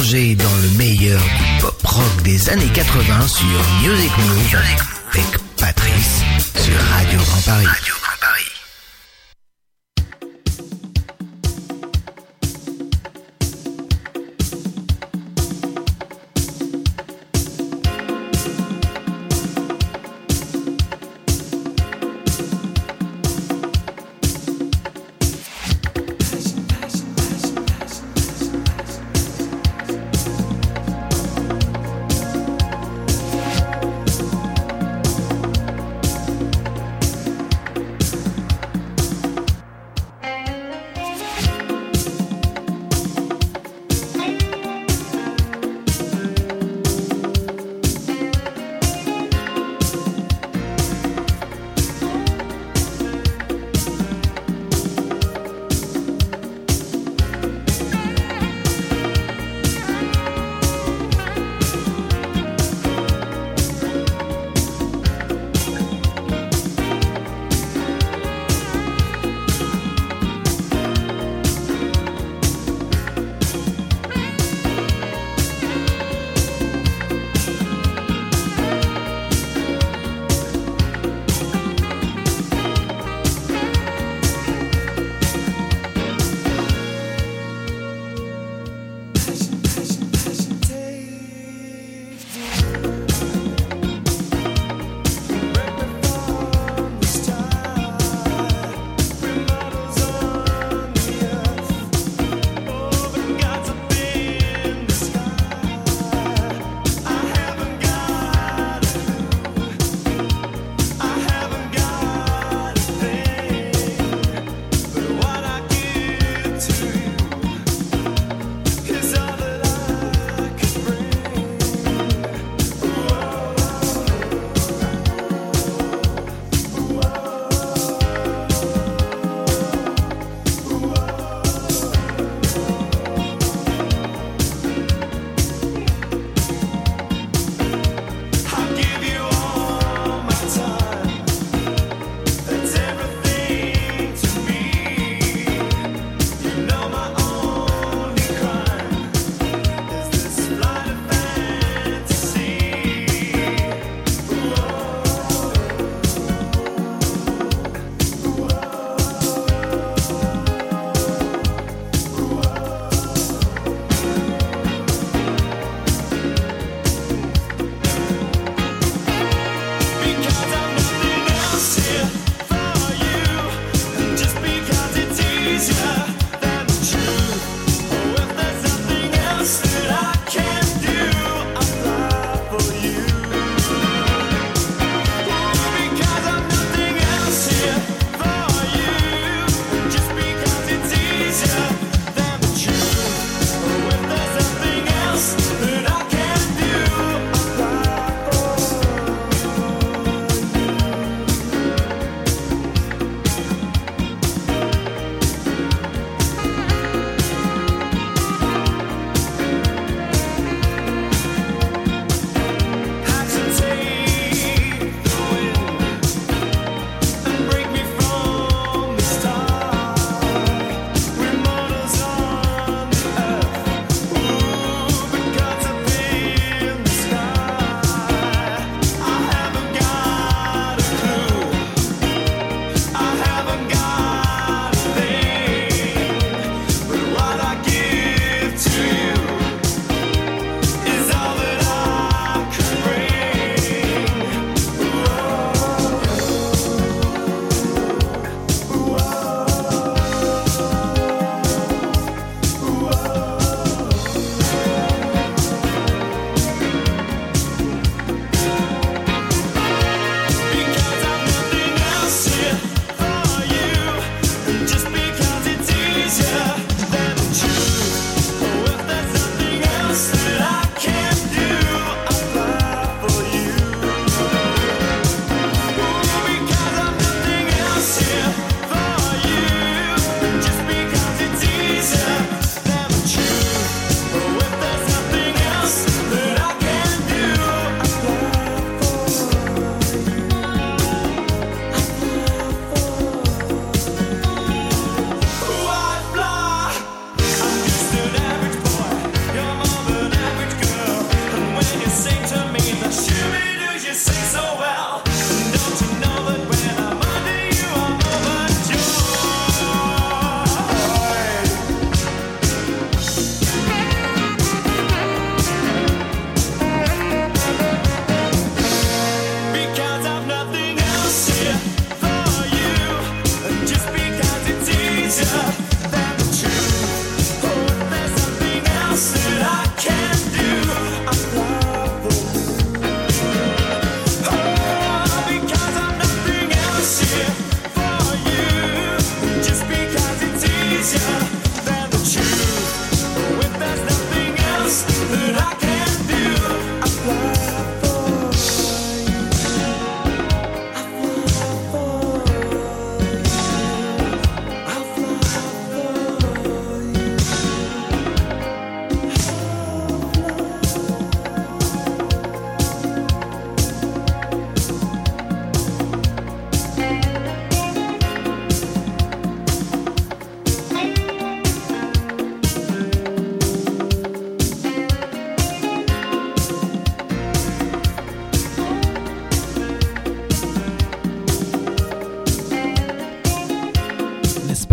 plongée dans le meilleur du pop rock des années 80 sur Music Move avec Patrice sur Radio Grand Paris.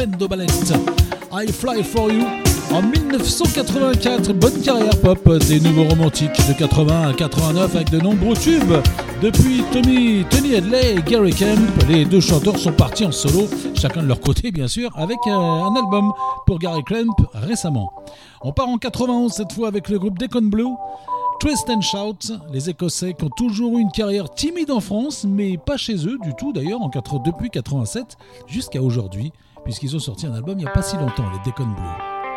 Pendo Ballet. I Fly For You. En 1984, bonne carrière pop des nouveaux romantiques de 80 à 89 avec de nombreux tubes. Depuis Tony Hadley et Gary Kemp, les deux chanteurs sont partis en solo, chacun de leur côté bien sûr, avec un album pour Gary Kemp récemment. On part en 91 cette fois avec le groupe Deacon Blue. Twist and Shout, les Écossais qui ont toujours eu une carrière timide en France, mais pas chez eux du tout d'ailleurs, depuis 87 jusqu'à aujourd'hui, puisqu'ils ont sorti un album il n'y a pas si longtemps, les Deacon Blue.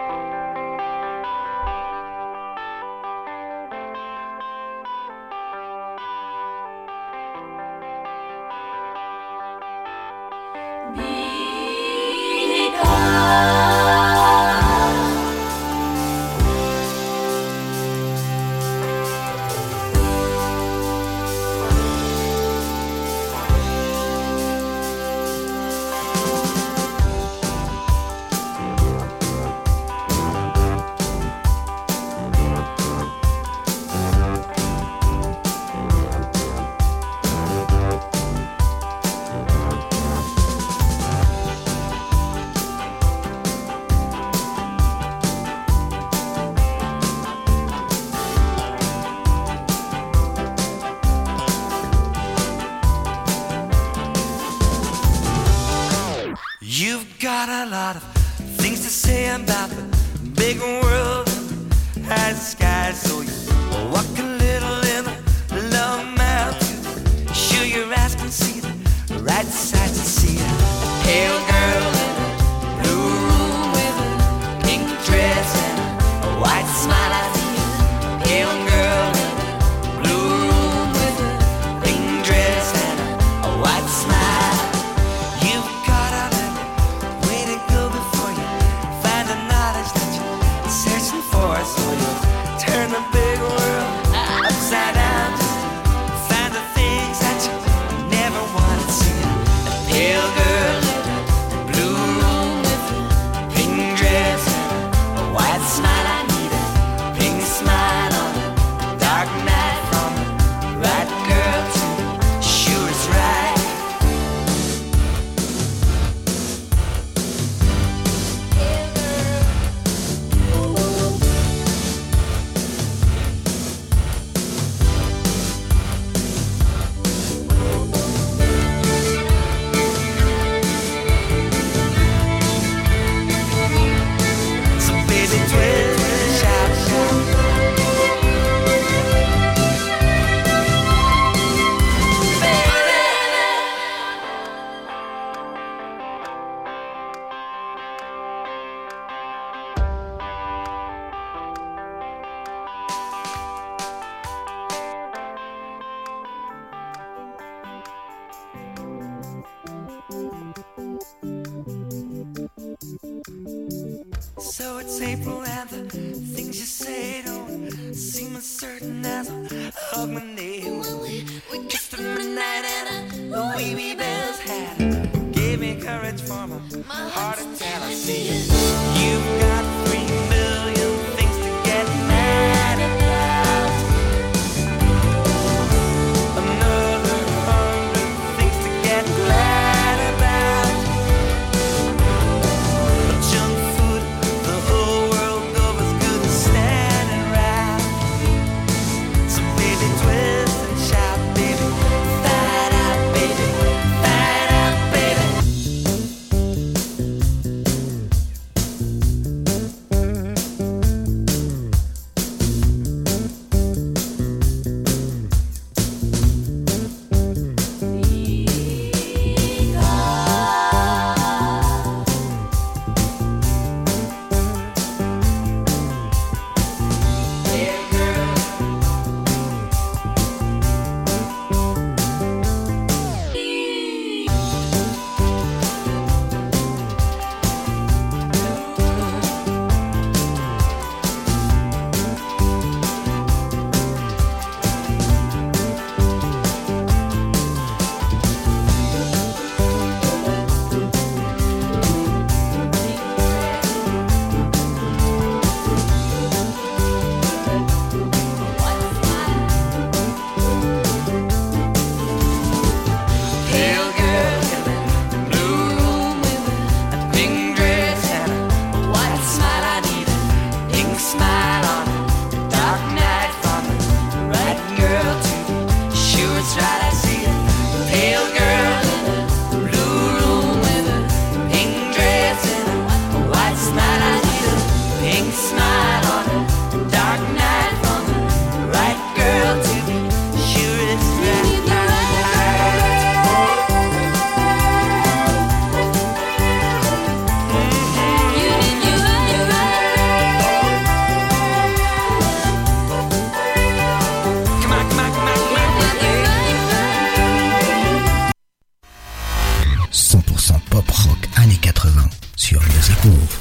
So it's April and the things you say don't seem as certain as a hug my name. We kissed at midnight and the wee bells had gave me courage for my heart attack. I see it. You've got 3 million things to get mad about. Another 100 things to get glad about. Junk food, the whole world over is good as standing round. So baby, twist and shout, baby, fight out, baby, fight out, baby. sur Music Move.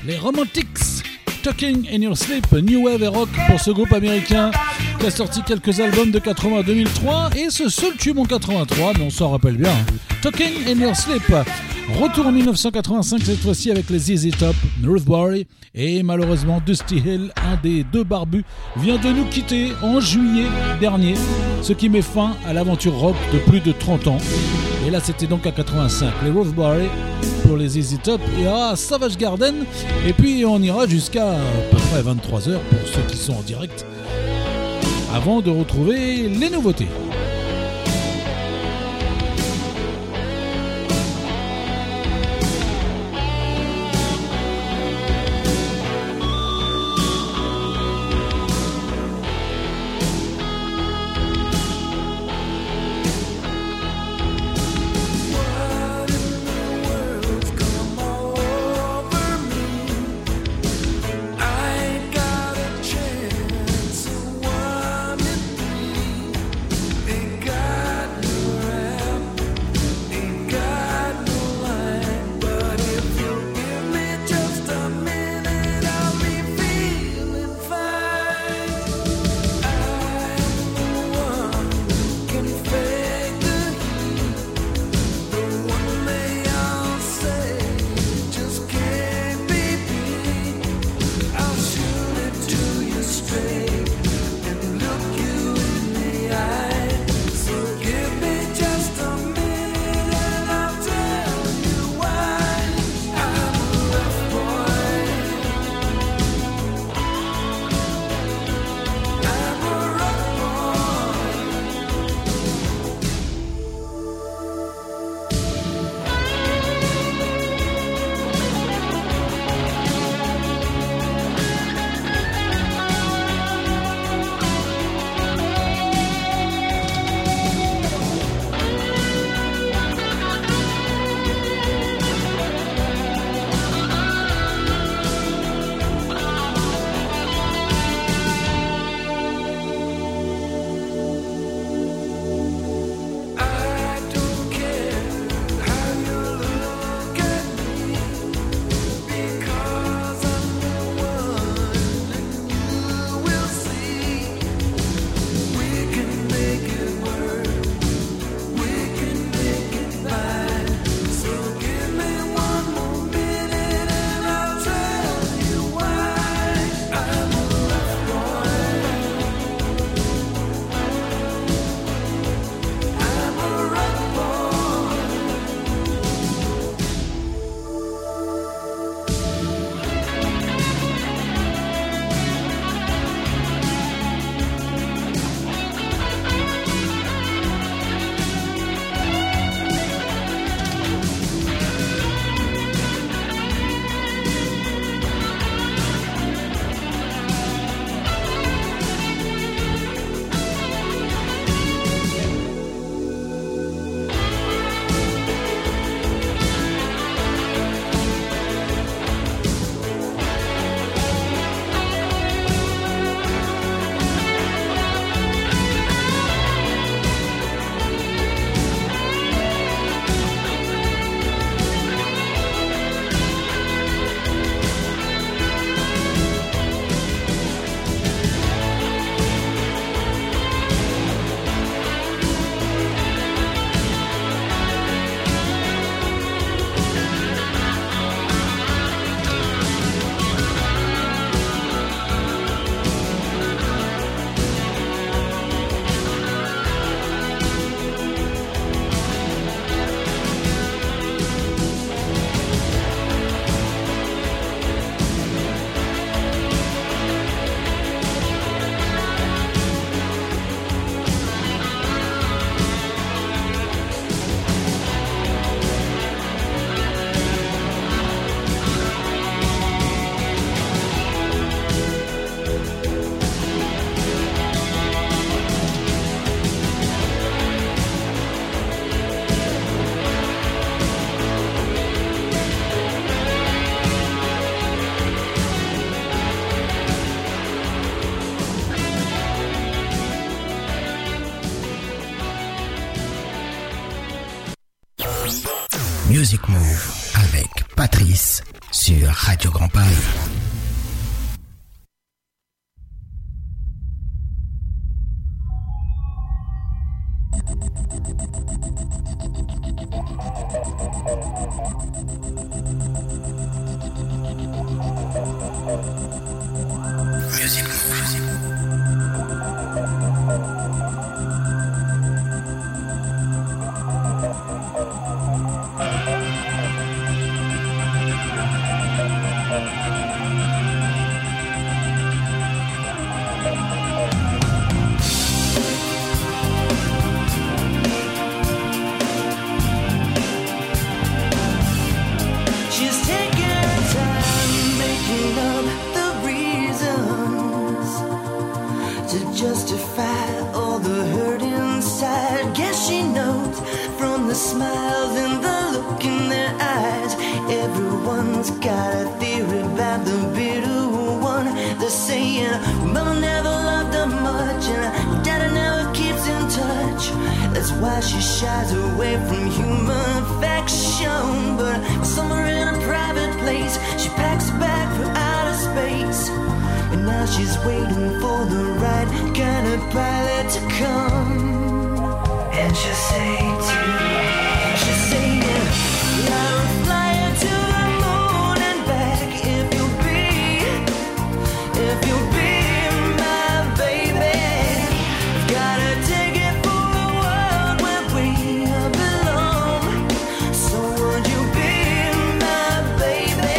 Les Romantics, Talking in Your Sleep, New Wave et Rock pour ce groupe américain qui a sorti quelques albums de 80 à 2003 et ce seul tube en 83, mais on s'en rappelle bien. Talking in Your Sleep. Retour en 1985 cette fois-ci avec les ZZ Top, Ruth Barry et malheureusement Dusty Hill, un des deux barbus, vient de nous quitter en juillet dernier, ce qui met fin à l'aventure rock de plus de 30 ans. Et là c'était donc à 85, les Ruth Barry pour les ZZ Top et à Savage Garden, et puis on ira jusqu'à à peu près 23h pour ceux qui sont en direct, avant de retrouver les nouveautés. Music Move avec Patrice sur Radio Grand Paris. Music Move. She's taking time making up the reasons to justify all the hurt inside. Guess she knows from the smiles and the look in their eyes. Everyone's got a theory about the bitter one. They're saying Mama never loved her much and Daddy never keeps in touch. That's why she shies away from human affection. But somewhere in a private place, she packs a bag for outer space. And now she's waiting for the right kind of pilot to come. And she'll say she's saying, I'll fly you to the moon and back if you'll be my baby. Gotta take it for a world where we belong. So would you be my baby?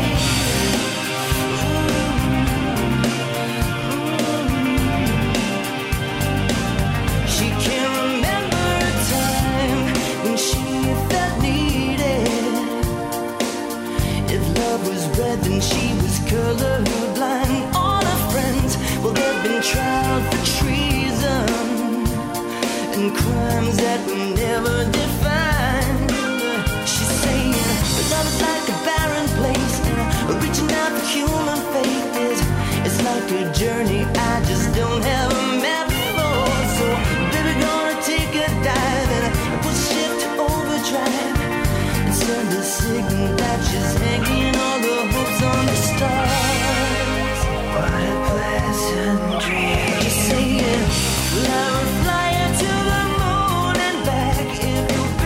She can't remember a time when she felt needed. If love was red, then she was colorblind. All her friends, well, they've been tried for treason and crimes that were never defined. She's saying love is like a barren place, and reaching out for human faith is like a journey I just don't have a map for. So baby, gonna take a dive and put ship to overdrive and send a signal that she's hanging all the hopes on the stars. What a pleasant dream. Just saying, I will fly you to the moon and back if you'll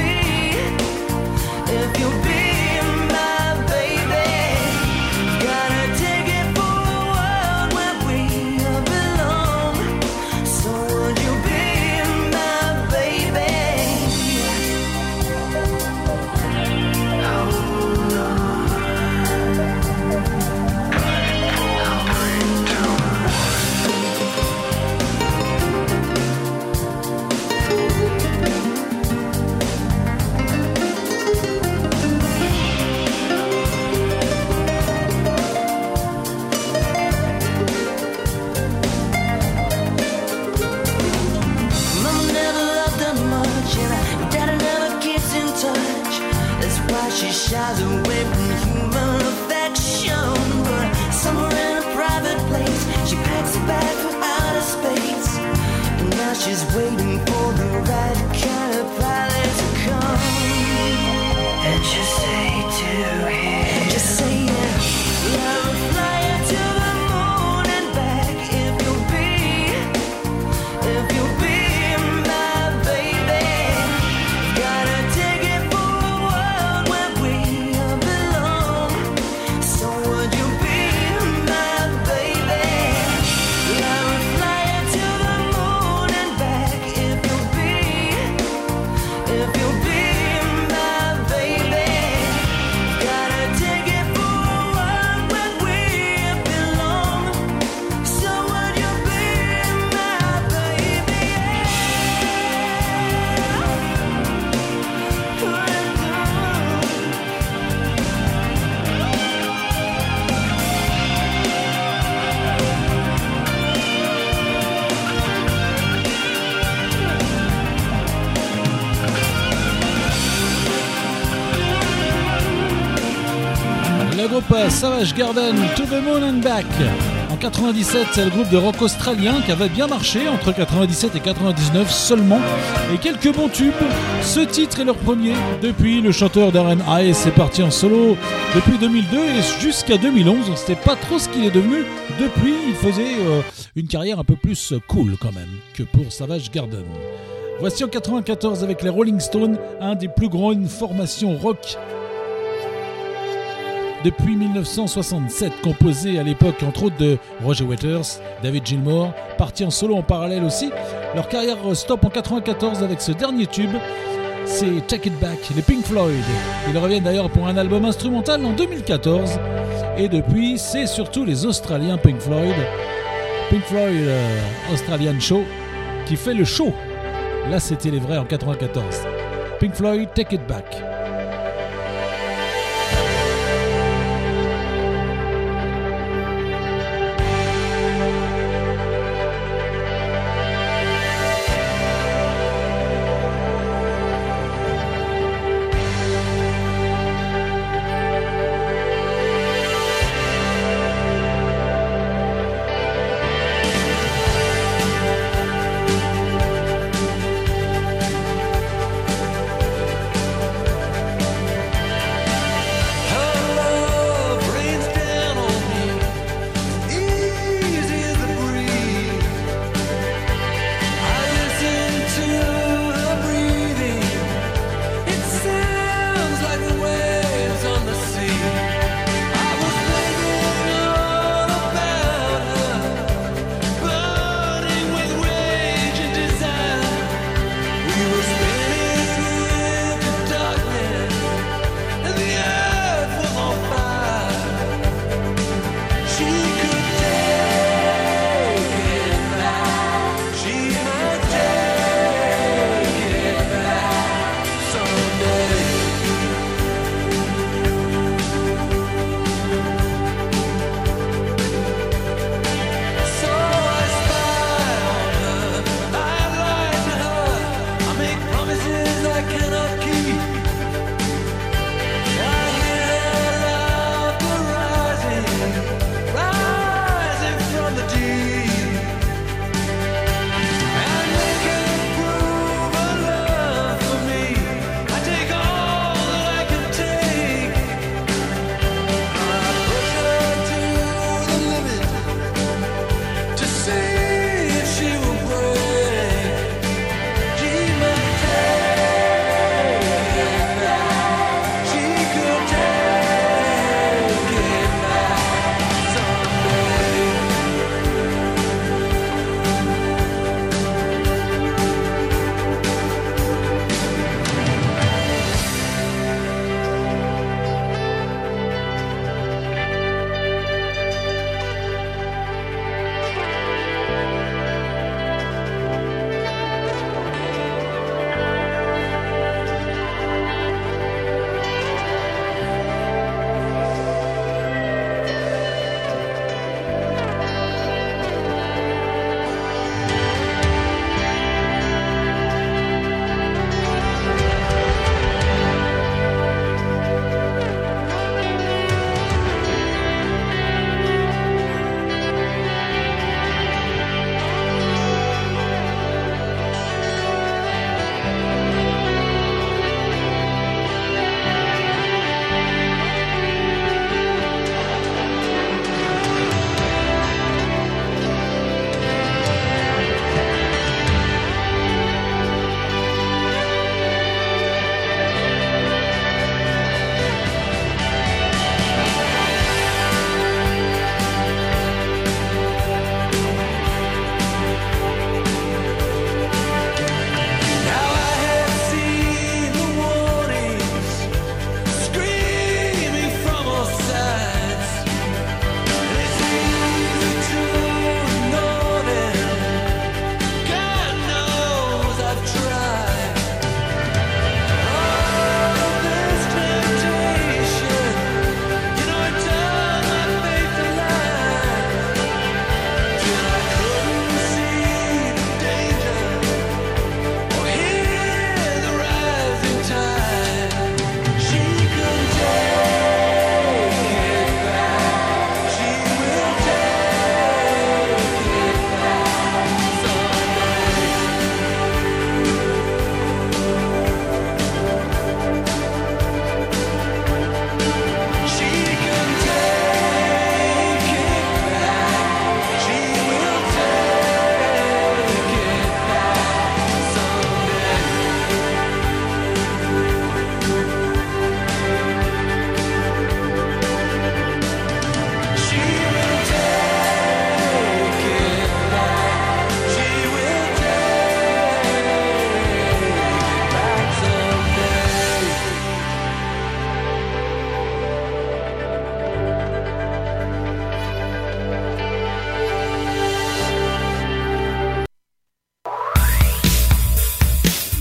be my baby. Gotta take it for a world where we belong. So would you be my baby? Mama never loved her much, and Daddy never keeps in touch. That's why she shies away from human affection. But somewhere in a private place, she packs a bag for outer space. And now she's waiting for the right kind of pilot to come. And she'll say to him, just say it, I'll fly you to the moon and back if you'll be my baby. Gotta take it for a world where we belong. So would you be my baby? I will fly you to the moon and back if you'll be my baby. Gotta take it for a world where we belong. So would you be my baby? Le groupe Savage Garden, To the Moon and Back, en 97, c'est le groupe de rock australien qui avait bien marché entre 97 et 99 seulement, et quelques bons tubes. Ce titre est leur premier. Depuis, le chanteur Darren Hayes est parti en solo depuis 2002 et jusqu'à 2011. On ne sait pas trop ce qu'il est devenu. Depuis, il faisait une carrière un peu plus cool quand même que pour Savage Garden. Voici en 94 avec les Rolling Stones, un des plus grandes formations rock depuis 1967, composé à l'époque entre autres de Roger Waters, David Gilmour, parti en solo en parallèle aussi. Leur carrière stop en 94 avec ce dernier tube, c'est Take It Back, les Pink Floyd. Ils reviennent d'ailleurs pour un album instrumental en 2014. Et depuis, c'est surtout les Australiens Pink Floyd Australian Show, qui fait le show. Là, c'était les vrais en 94. Pink Floyd, Take It Back.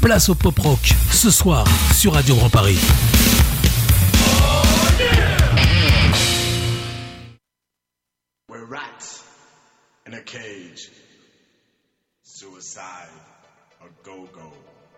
place au pop rock, ce soir sur Radio Grand Paris. We're rats in a cage. Suicide, a go-go.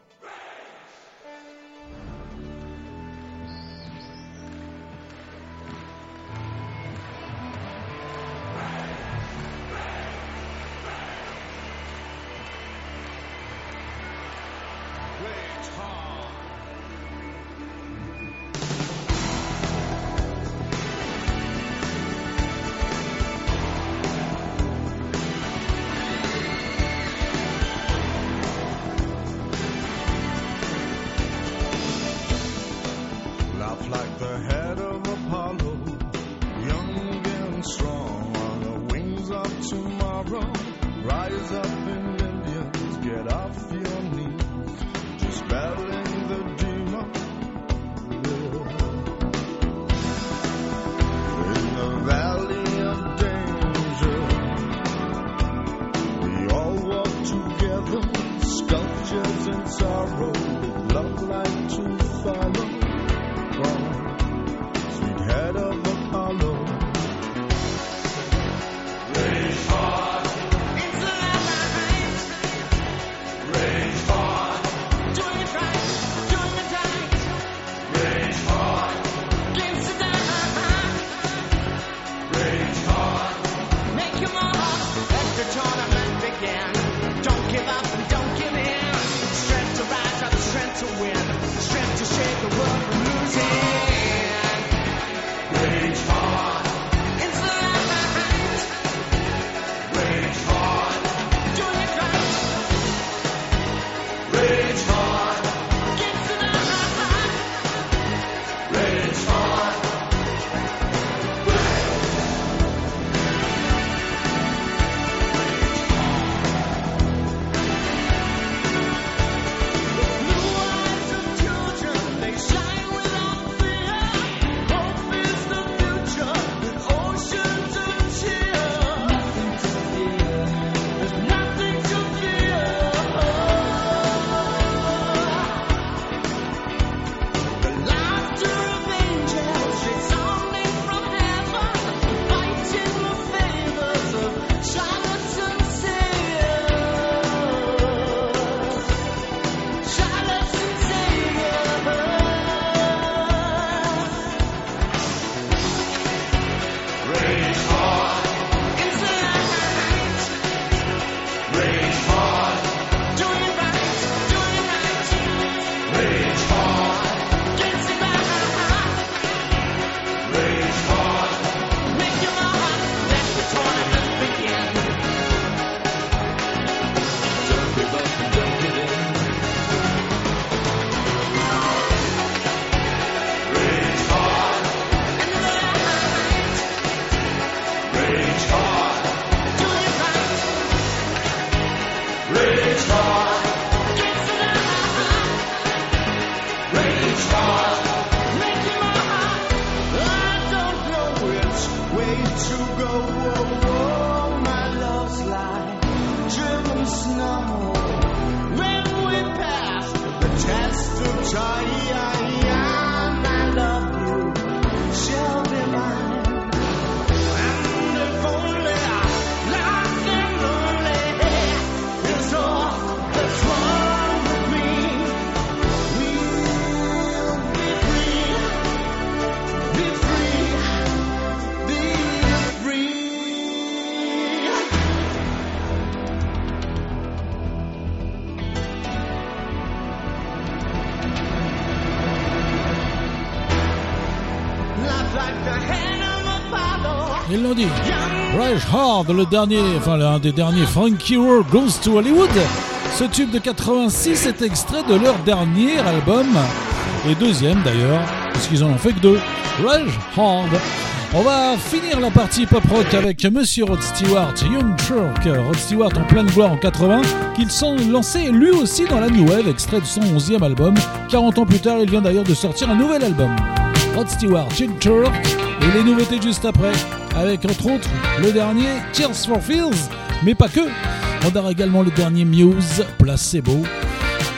Ils l'ont dit. Rage Hard, l'un des derniers Frankie World Goes to Hollywood. Ce tube de 86 est extrait de leur dernier album, et deuxième d'ailleurs, puisqu'ils en ont fait que deux. Rage Hard. On va finir la partie pop rock avec Monsieur Rod Stewart, Young Turk. Rod Stewart en pleine gloire en 80, qu'il s'en lançait lui aussi dans la New Wave, extrait de son 11e album. 40 ans plus tard, il vient d'ailleurs de sortir un nouvel album. Rod Stewart, Young Turk, et les nouveautés juste après, avec entre autres le dernier Tears for Fears, mais pas que. On a également le dernier Muse, Placebo.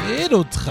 et d'autres.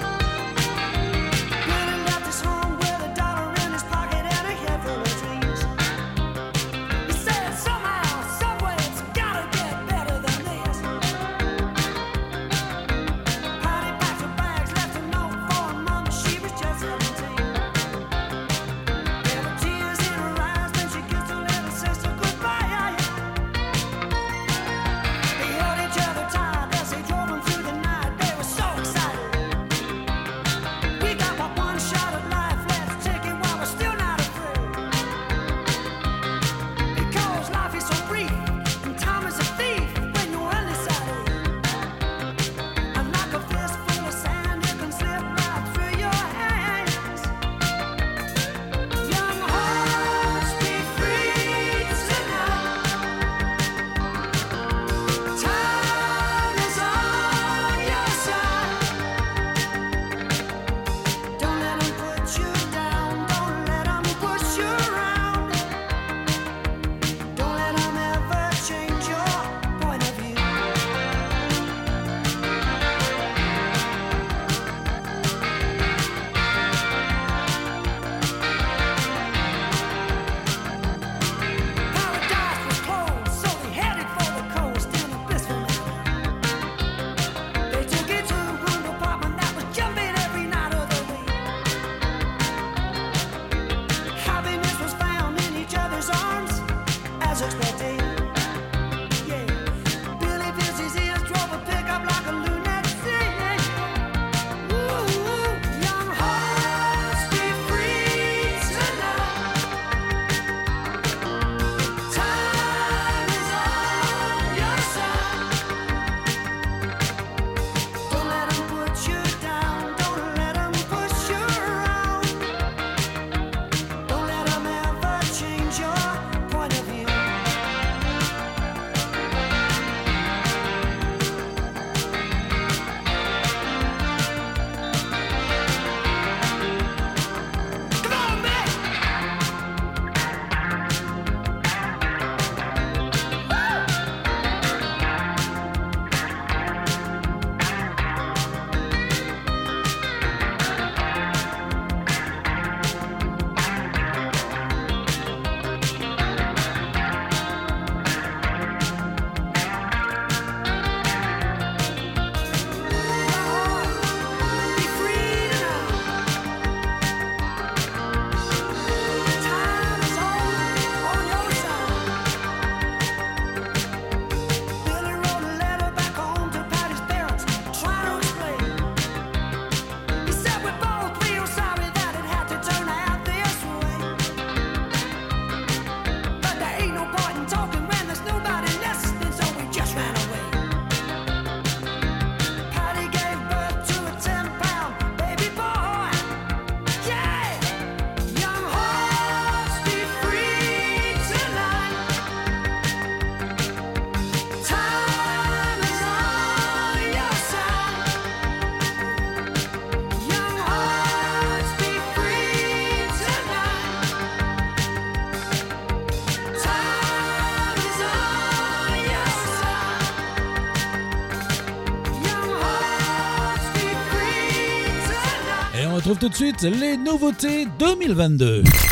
On retrouve tout de suite les nouveautés 2022. 5,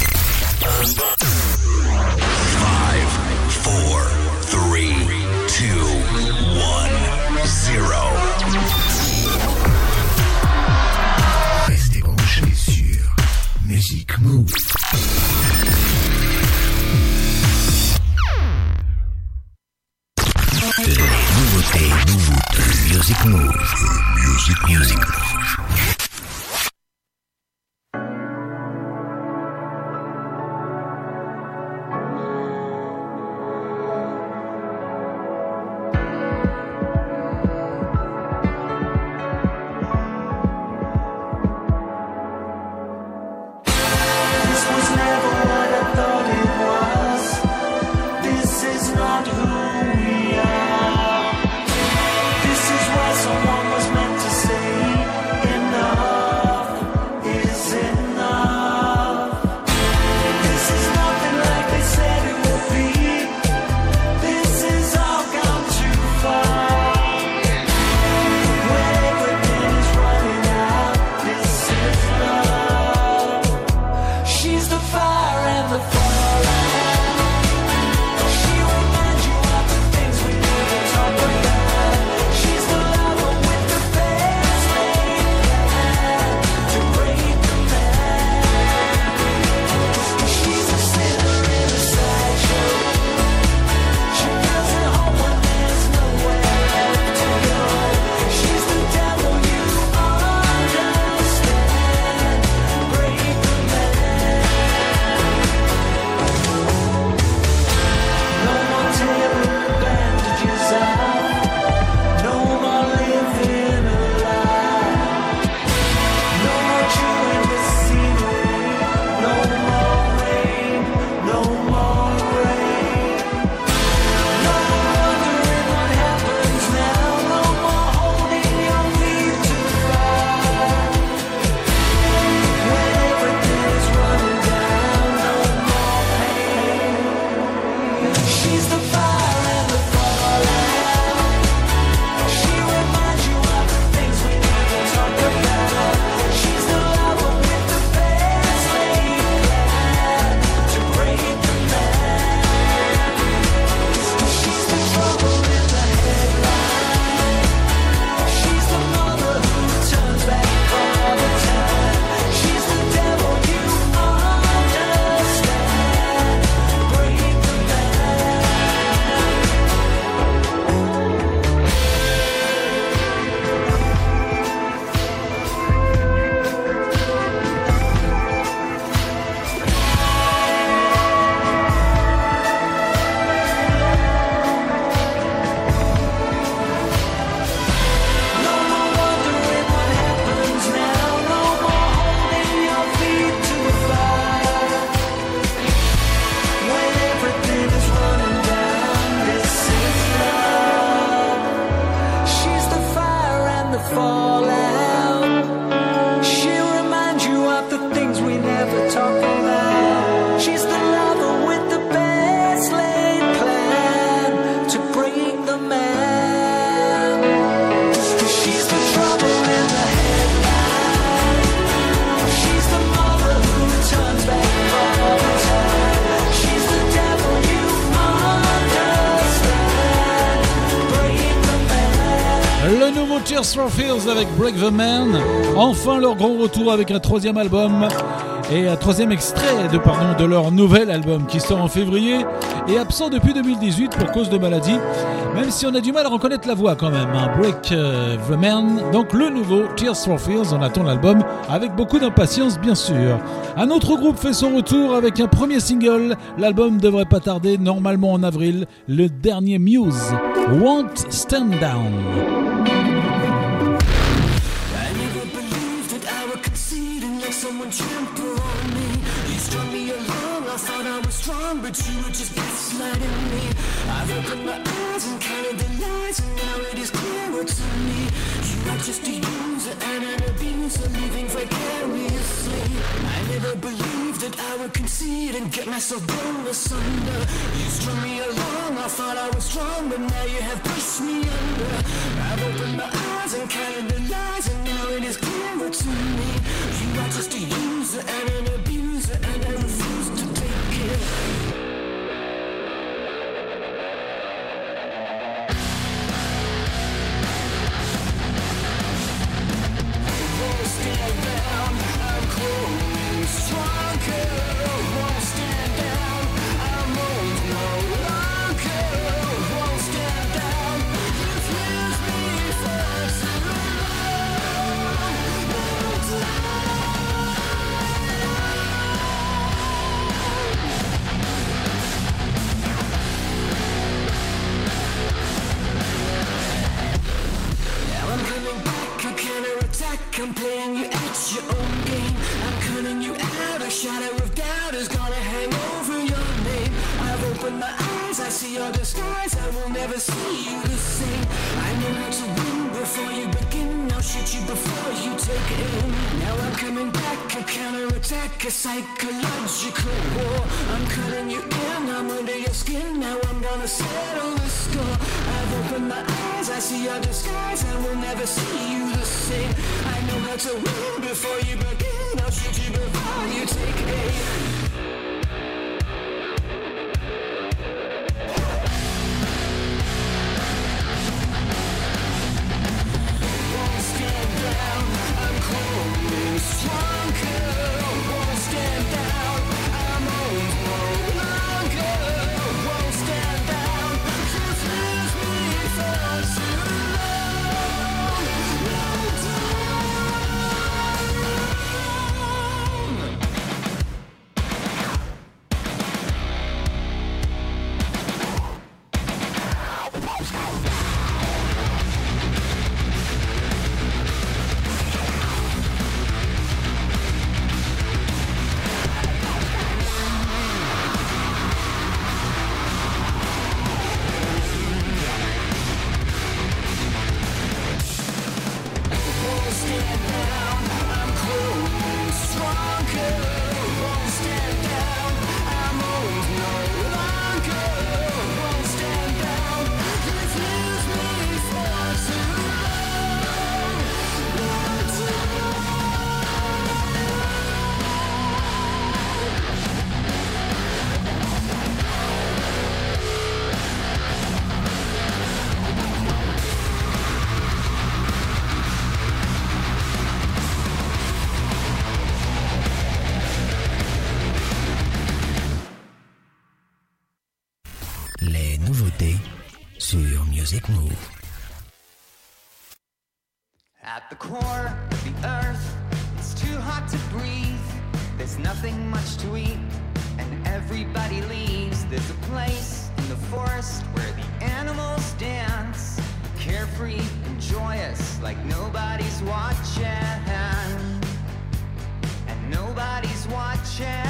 4, 3, 2, 1, 0. Restez branchés sur Music Move. Les nouveautés Music Move. Music Move. This is what someone was meant to say. Tears for Fears avec Break the Man. Enfin leur grand retour avec un troisième album et un troisième extrait de leur nouvel album qui sort en février et absent depuis 2018 pour cause de maladie, même si on a du mal à reconnaître la voix quand même, hein. Break the Man, donc le nouveau Tears for Fears, on attend l'album avec beaucoup d'impatience bien sûr. Un autre groupe fait son retour avec un premier single, l'album devrait pas tarder, normalement en avril, le dernier Muse, Won't Stand Down. Someone trample on me. You strung me along, I thought I was strong, but you were just gaslighting me. I've opened my eyes and counted the lies, and now it is clearer to me. You are just a user and an abuser, living vicariously. I never believed that I would concede and get myself blown asunder. You strung me along, I thought I was strong, but now you have pushed me under. I've opened my eyes and counted the lies, and now it is clearer to me. You are just a user and an abuser, and I refuse to take it. Won't stand down, I'm growing stronger. Won't stand down, I'm old no longer. Won't stand down, you've used me for too long. Won't stand I'm playing you at your own game. I'm cutting you out. A shadow of doubt is gonna hang over your name. I've opened my eyes, I see your disguise. I will never see you the same. I know how to win before you begin. I'll shoot you before you take aim. Now I'm coming back, a counterattack, a psychological war. I'm cutting you in, I'm under your skin. Now I'm gonna settle the score. I've opened my eyes, I see your disguise. I will never see you the same. I know how to win before you begin. I'll shoot you before you take aim. Won't stand down, I'm growing stronger. Won't stand down, I'm old no longer. Won't stand down, just leave me for too long. Won't Les nouveautés sur Music Move. At the core of the earth, it's too hot to breathe. There's nothing much to eat, and everybody leaves. There's a place in the forest where the animals dance, carefree and joyous, like nobody's watching. And nobody's watching.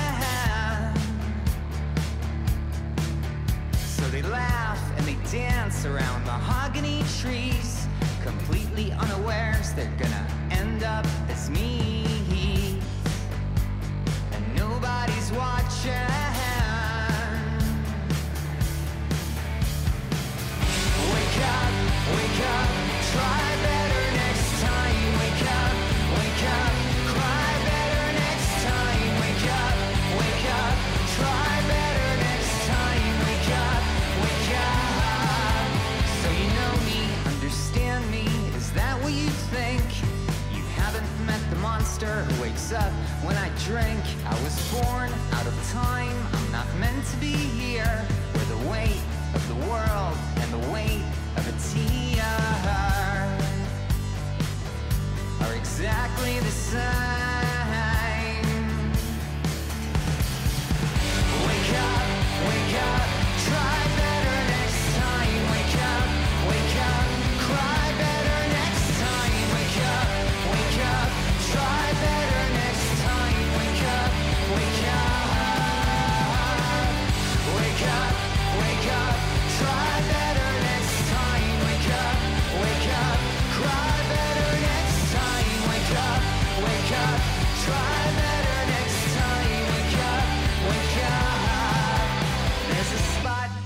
So they laugh and they dance around mahogany trees, completely unawares they're gonna end up as me. And nobody's watching. Wake up, try better next time. Wake up, cry better next time. Wake up, try better next time. Wake up. So you know me, understand me, is that what you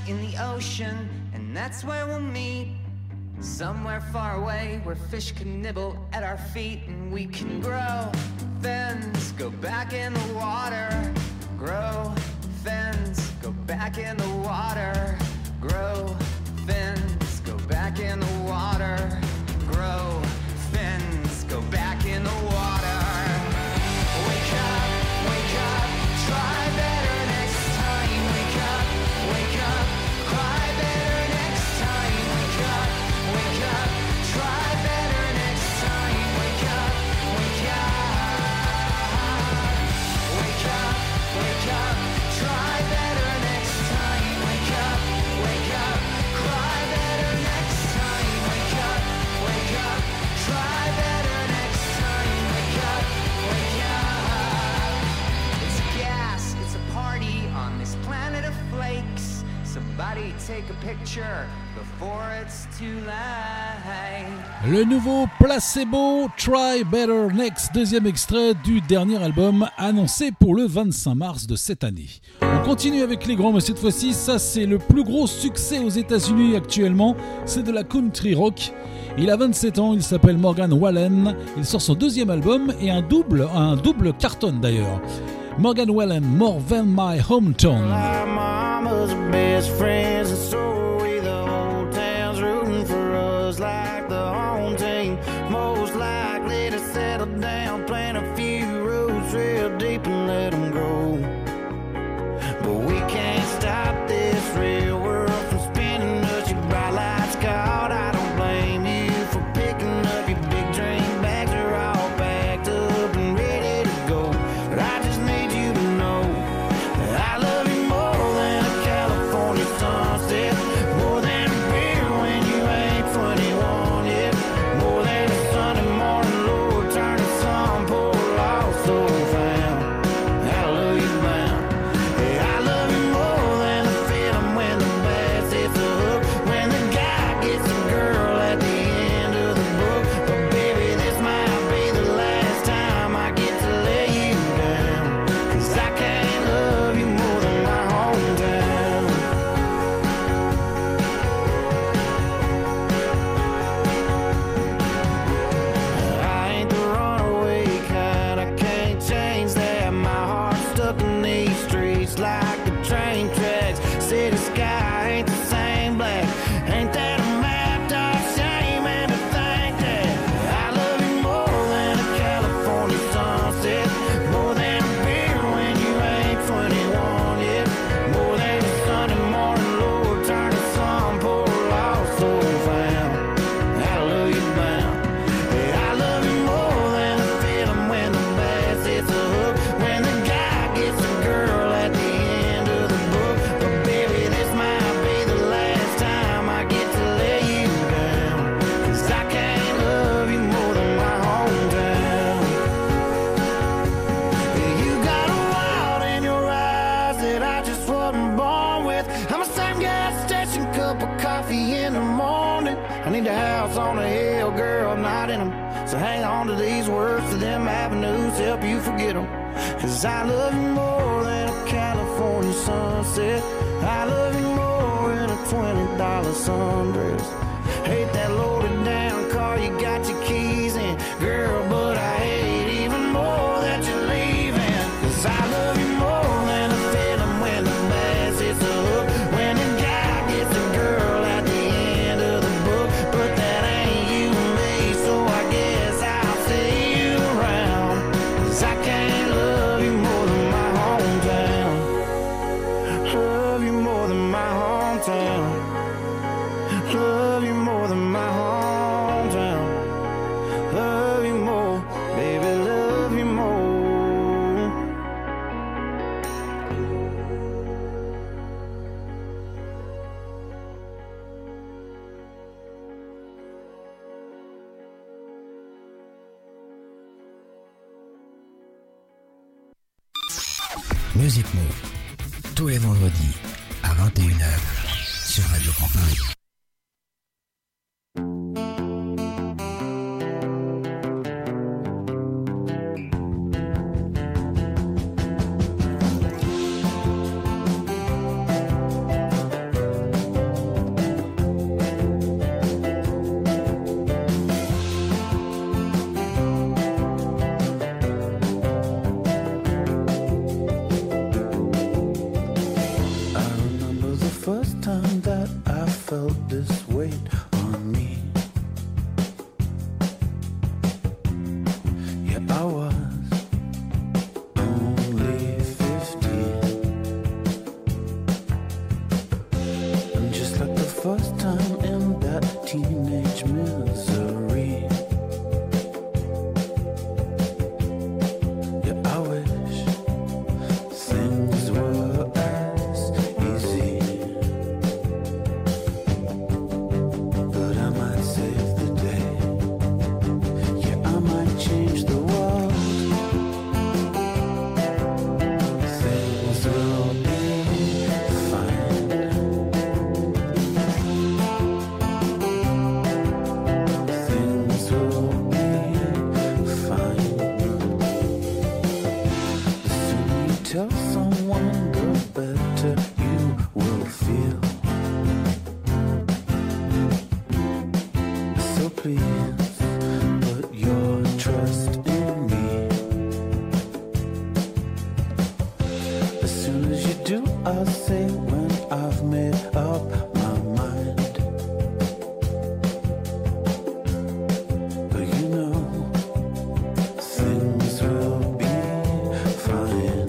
in the ocean, and that's where we'll meet. Somewhere far away where fish can nibble at our feet, and we can grow fins, go back in the water. Grow fins, go back in the water. Grow fins, go back in the water. Grow fins, go back in the water. Wake up, try better next time. Wake up, cry better next time. Wake up, try better next time. Wake up, try better next time. Wake up, cry better next time. Wake up, try better next time. Wake up. It's gas, it's a party on this planet of flakes. Somebody take a picture before it's too late. Le nouveau Placebo, Try Better Next, deuxième extrait du dernier album annoncé pour le 25 mars de cette année. On continue avec les grands, mais cette fois-ci, ça c'est le plus gros succès aux États-Unis actuellement, c'est de la country rock. Il a 27 ans, il s'appelle Morgan Wallen, il sort son deuxième album et un double cartonne d'ailleurs. Morgan Wallen, More Than My Hometown. Like mama's best friends, and so are we. The whole town's rooting for us like the home team. Most likely to settle down, plant a few roots real deep and let them grow. But we can't stop this real world from spinning us. Your bright lights caught, I don't blame you for picking up your big dream bags. Are all packed up and ready to go. But I just need you to know that I love you more than a California sunset, more than a beer when you ain't 21 yet, more than a Sunday morning, Lord, turn the sun, poor lost soul found. Hallelujah bound. Yeah, I love you more than the feeling when the bass hits the hook, when the guy gets the girl at the end of the book. But baby, this might be the last time I get to lay you down, 'cause I can't love you more than my hometown. I ain't the runaway kind, I can't change that. My heart's stuck in these streets like the train tracks. City sky ain't the same black. Ain't that a mapped out shame? And to think that I love you more than a California sunset, more than a beer when you ain't 21 yet, more than a Sunday morning, Lord, turn the sun, poor lost soul found. Hallelujah bound. Yeah, I love you more than the feeling when the bass hits the hook, when the guy gets the girl at the end of the book. But baby, this might be the last time I get to lay you down, 'cause I can't love you more than my hometown. Yeah, you got a wild in your eyes that I just wasn't born with. I'm the same gas station, cup of coffee in the morning. I need a house on a hill, girl, not in them. So hang on to these words, to them avenues, help you forget them. 'Cause I love you more than a California sunset. I love you more than a $20 sundress. Hate that loaded down car you got your keys in, girl, but I hate even more that you're leaving. 'Cause I love you more than a feeling when the bass hits the hook, when the guy gets the girl at the end of the book. But that ain't you and me, so I guess I'll see you around. 'Cause I can't love you more than my hometown. Love you more than my hometown. Love you more than my hometown. Love you more, baby, love you more. Music Move, tous les vendredis à 21h sur Radio Grand Paris. time that I felt this weight on me. Yeah, I was only 15. And just like the first time in that teenage misery. Yeah, I wish things were as easy. But I might save the day. Yeah, I might change the world. Things will be fine. Things will be fine. The sooner you tell someone, the better you will feel. So please put your trust in me. As soon as you do, I'll say when I've made up my mind. But you know, things will be fine.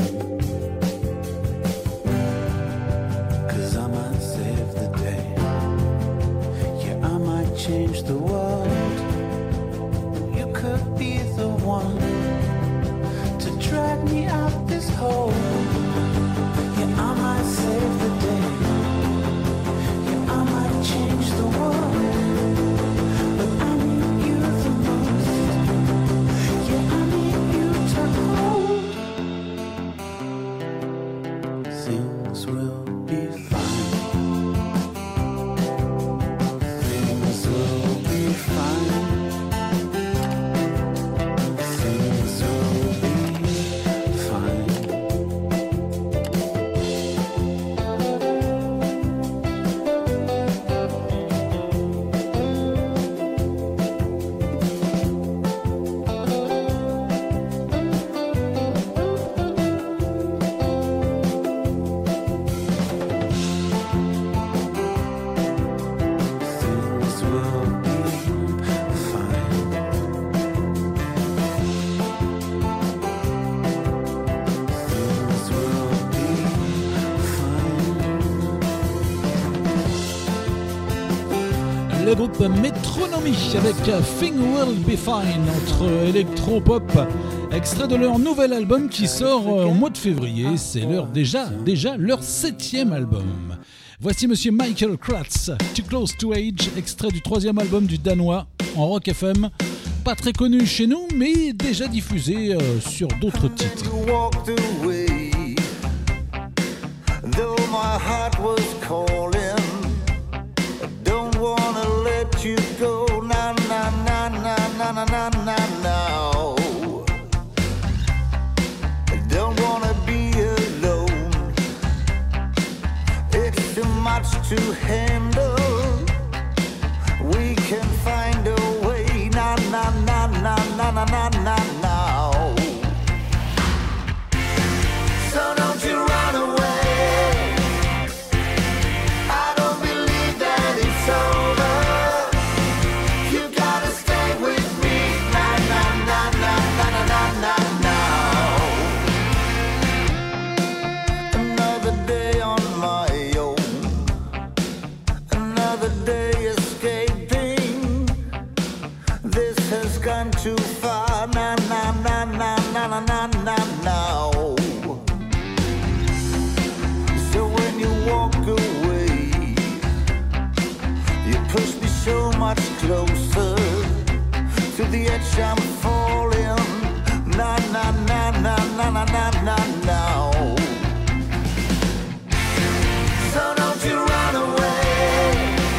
'Cause I might save the day. Yeah, I might change the world. You could be the one to drag me out this hole. Yeah, I might save the day. Yeah, I might change the world. But I need you the most. Yeah, I need you to hold. Things will be fine. Things will be fine. Things will be fine. Things will be fine. Things will be fine. Le groupe Metronomy avec Thing Will Be Fine entre électro-pop, extrait de leur nouvel album qui sort au mois de février. C'est déjà leur 7e album. Voici monsieur Michael Kratz, Too Close to Age, extrait du 3e album du Danois en Rock FM. Pas très connu chez nous, mais déjà diffusé sur d'autres titres. You walked away, though my heart was calling. I don't wanna let you go, na na na na na na na na now. I don't wanna be alone. It's too much to handle. We can find a way, na na na na na na na na now. So don't you run away. I don't believe that it's over. You gotta stay with me, na na na na na na na na now. Another day on my own. Another day escaping. This has gone too far, na na na na na na na na now. So when you walk away, you push me so much closer to the edge. I'm falling, na na na na na na na na now. So don't you run away.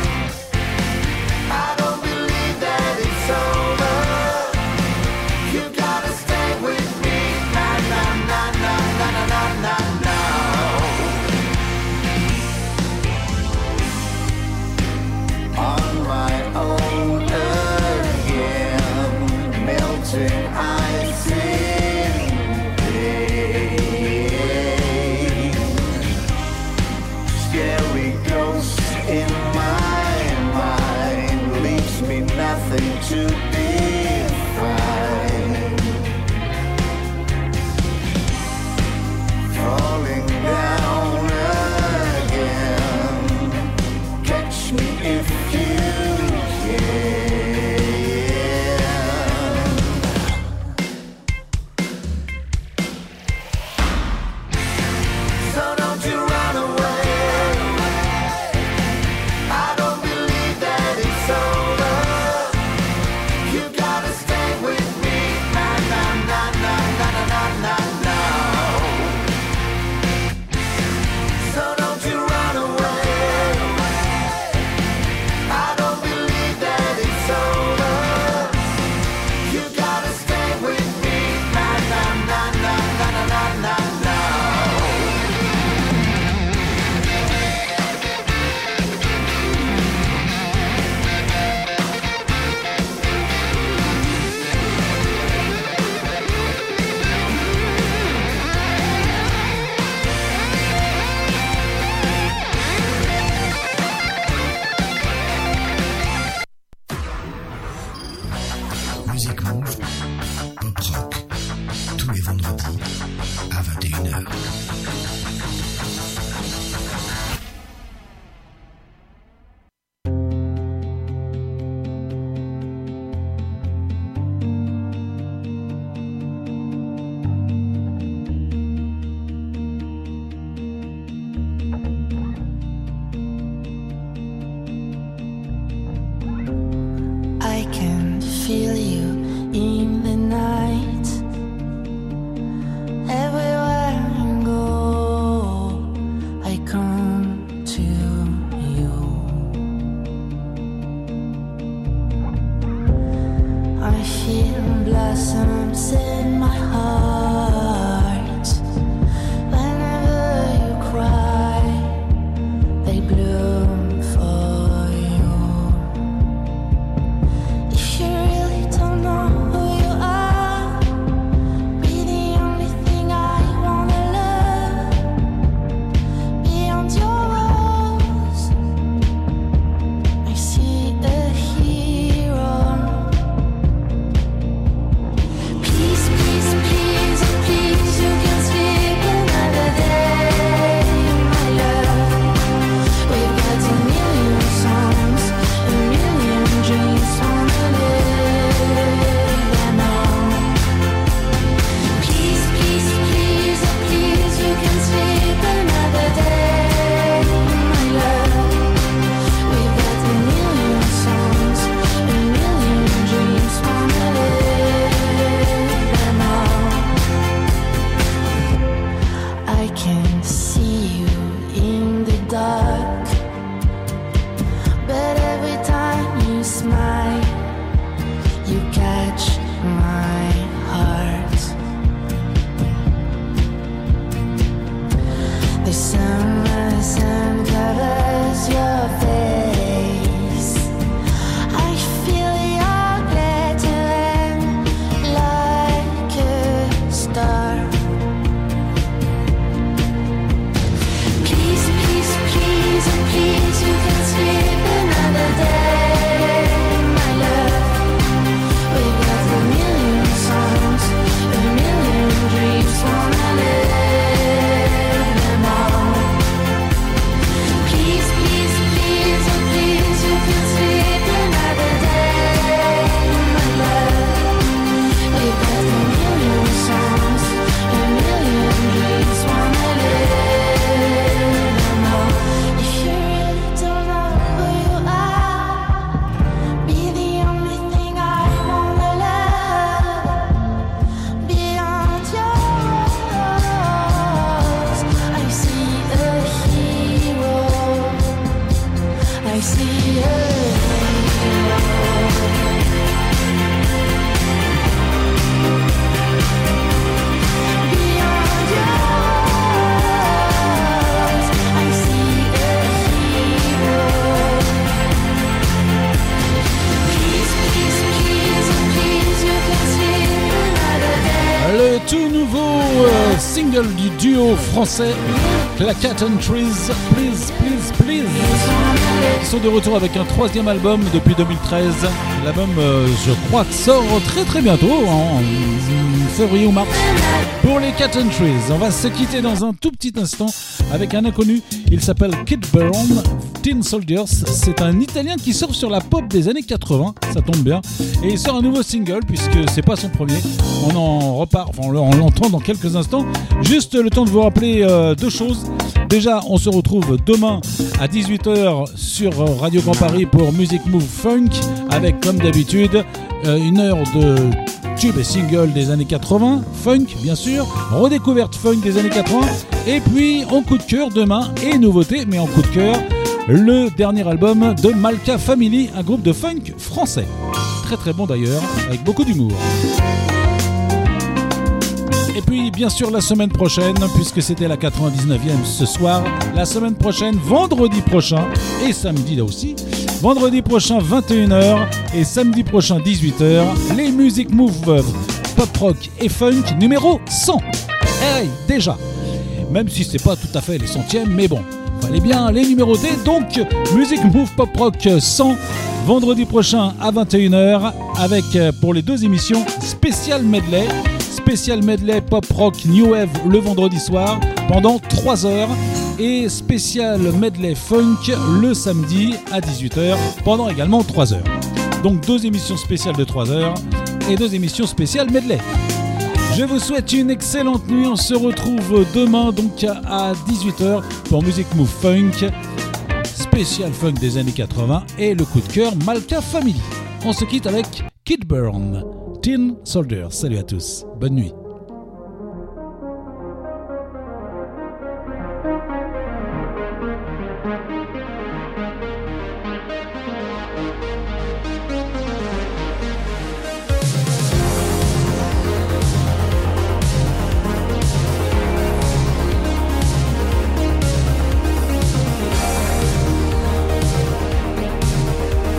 I don't believe that it's over. You gotta stay with me, na na na na na na na na now. On my own again, melting ice in nothing to define. Falling down again. Catch me if you can. So don't you run away. I don't believe that it's over. You gotta stay with me. Na na na na na na na na. So don't you run away. I don't believe that it's over. You gotta stay with me. Na na na na na na na na. Music Move, Pop Rock, tous les vendredis à 21h. I can feel you in the night. Everywhere I go, I come to you. I feel blossoms in my heart. Whenever you cry, they bloom for you. If you really don't know who you are, be the only thing I wanna love. Beyond your walls, I see a hero. Please, please, please, please, you can sleep another day, my love. We've got a million songs, a million dreams, wanna live them all. Please, please, please, please, you can sleep another day, my love. We've got a million songs, a million dreams, wanna live them all. I can see you in the dark, but every time you smile, you catch my heart. The summer sun covers your face. I feel your glittering like a star. Please, please, please, please, you can sleep another day, my love. We've got a million songs, a million dreams, wanna live them all. Please, please, please, please, you can sleep another day, my love. We've got a million songs, a million dreams, wanna live them all. If you really don't know who you are, be the only thing I wanna love. Beyond your walls, I see a hero. I see a hero. Beyond your walls, I see a hero. Please, please, please, please, you can sleep another day. Le tout nouveau single du duo français Claquette and Trees, Please, Please, Please. Ils sont de retour avec un 3e album depuis 2013. L'album, je crois, sort très très bientôt, en février ou mars. Pour les Cat Trees, on va se quitter dans un tout petit instant avec un inconnu. Il s'appelle Kid Byrne, Tin Soldiers. C'est un Italien qui sort sur la pop des années 80, ça tombe bien. Et il sort un nouveau single puisque c'est pas son premier. On en repart, enfin on l'entend dans quelques instants. Juste le temps de vous rappeler deux choses. Déjà, on se retrouve demain à 18h sur Radio Grand Paris pour Music Move Funk avec, comme d'habitude, une heure de tubes et singles des années 80, funk bien sûr, redécouverte funk des années 80, et puis en coup de cœur demain, et nouveauté, mais en coup de cœur, le dernier album de Malka Family, un groupe de funk français. Très très bon d'ailleurs, avec beaucoup d'humour. Et puis bien sûr la semaine prochaine, puisque c'était la 99e ce soir, la semaine prochaine, vendredi prochain, et samedi là aussi, vendredi prochain 21h et samedi prochain 18h, les Music Move Pop Rock et Funk numéro 100. Hey, déjà, même si c'est pas tout à fait les centièmes, mais bon, fallait bien les numéroter. Donc Music Move Pop Rock 100, vendredi prochain à 21h, avec pour les deux émissions spécial medley Pop Rock New Wave le vendredi soir pendant 3 heures, et spécial medley Funk le samedi à 18h pendant également 3 heures. Donc 2 émissions spéciales de 3 heures et 2 émissions spéciales medley. Je vous souhaite une excellente nuit. On se retrouve demain donc à 18h pour Music Move Funk, spécial funk des années 80 et le coup de cœur Malka Family. On se quitte avec Kid Byrne, Tin Soldiers. Salut à tous, bonne nuit.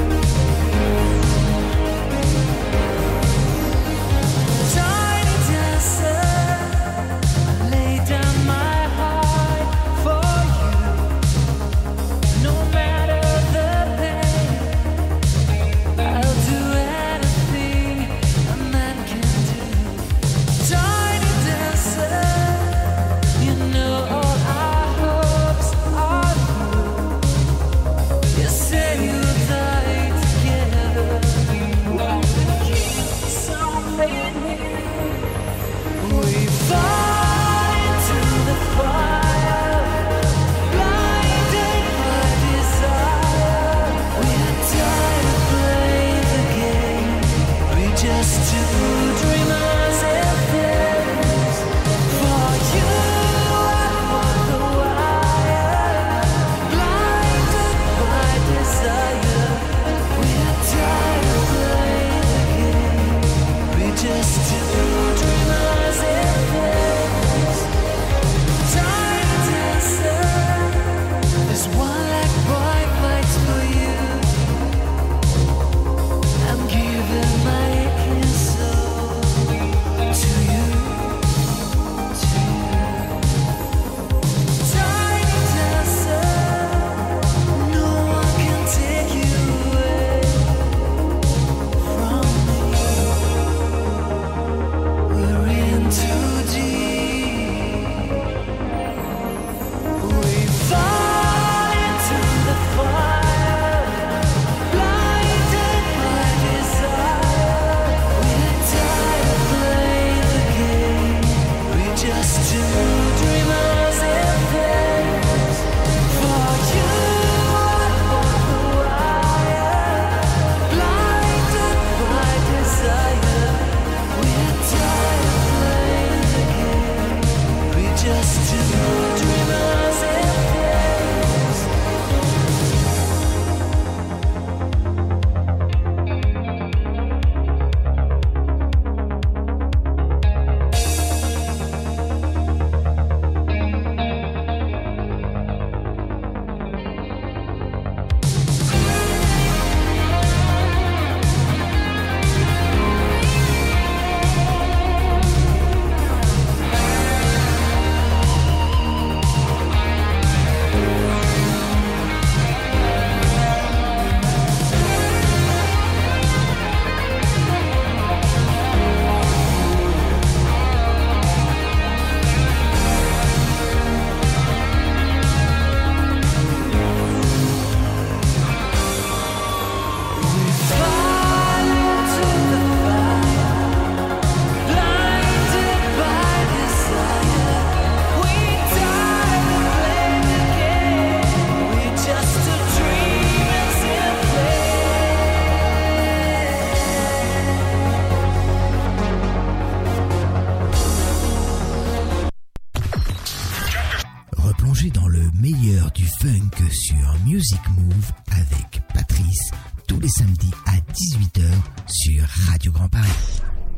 Tiny town. meilleur du funk sur Music Move avec Patrice tous les samedis à 18h sur Radio Grand Paris.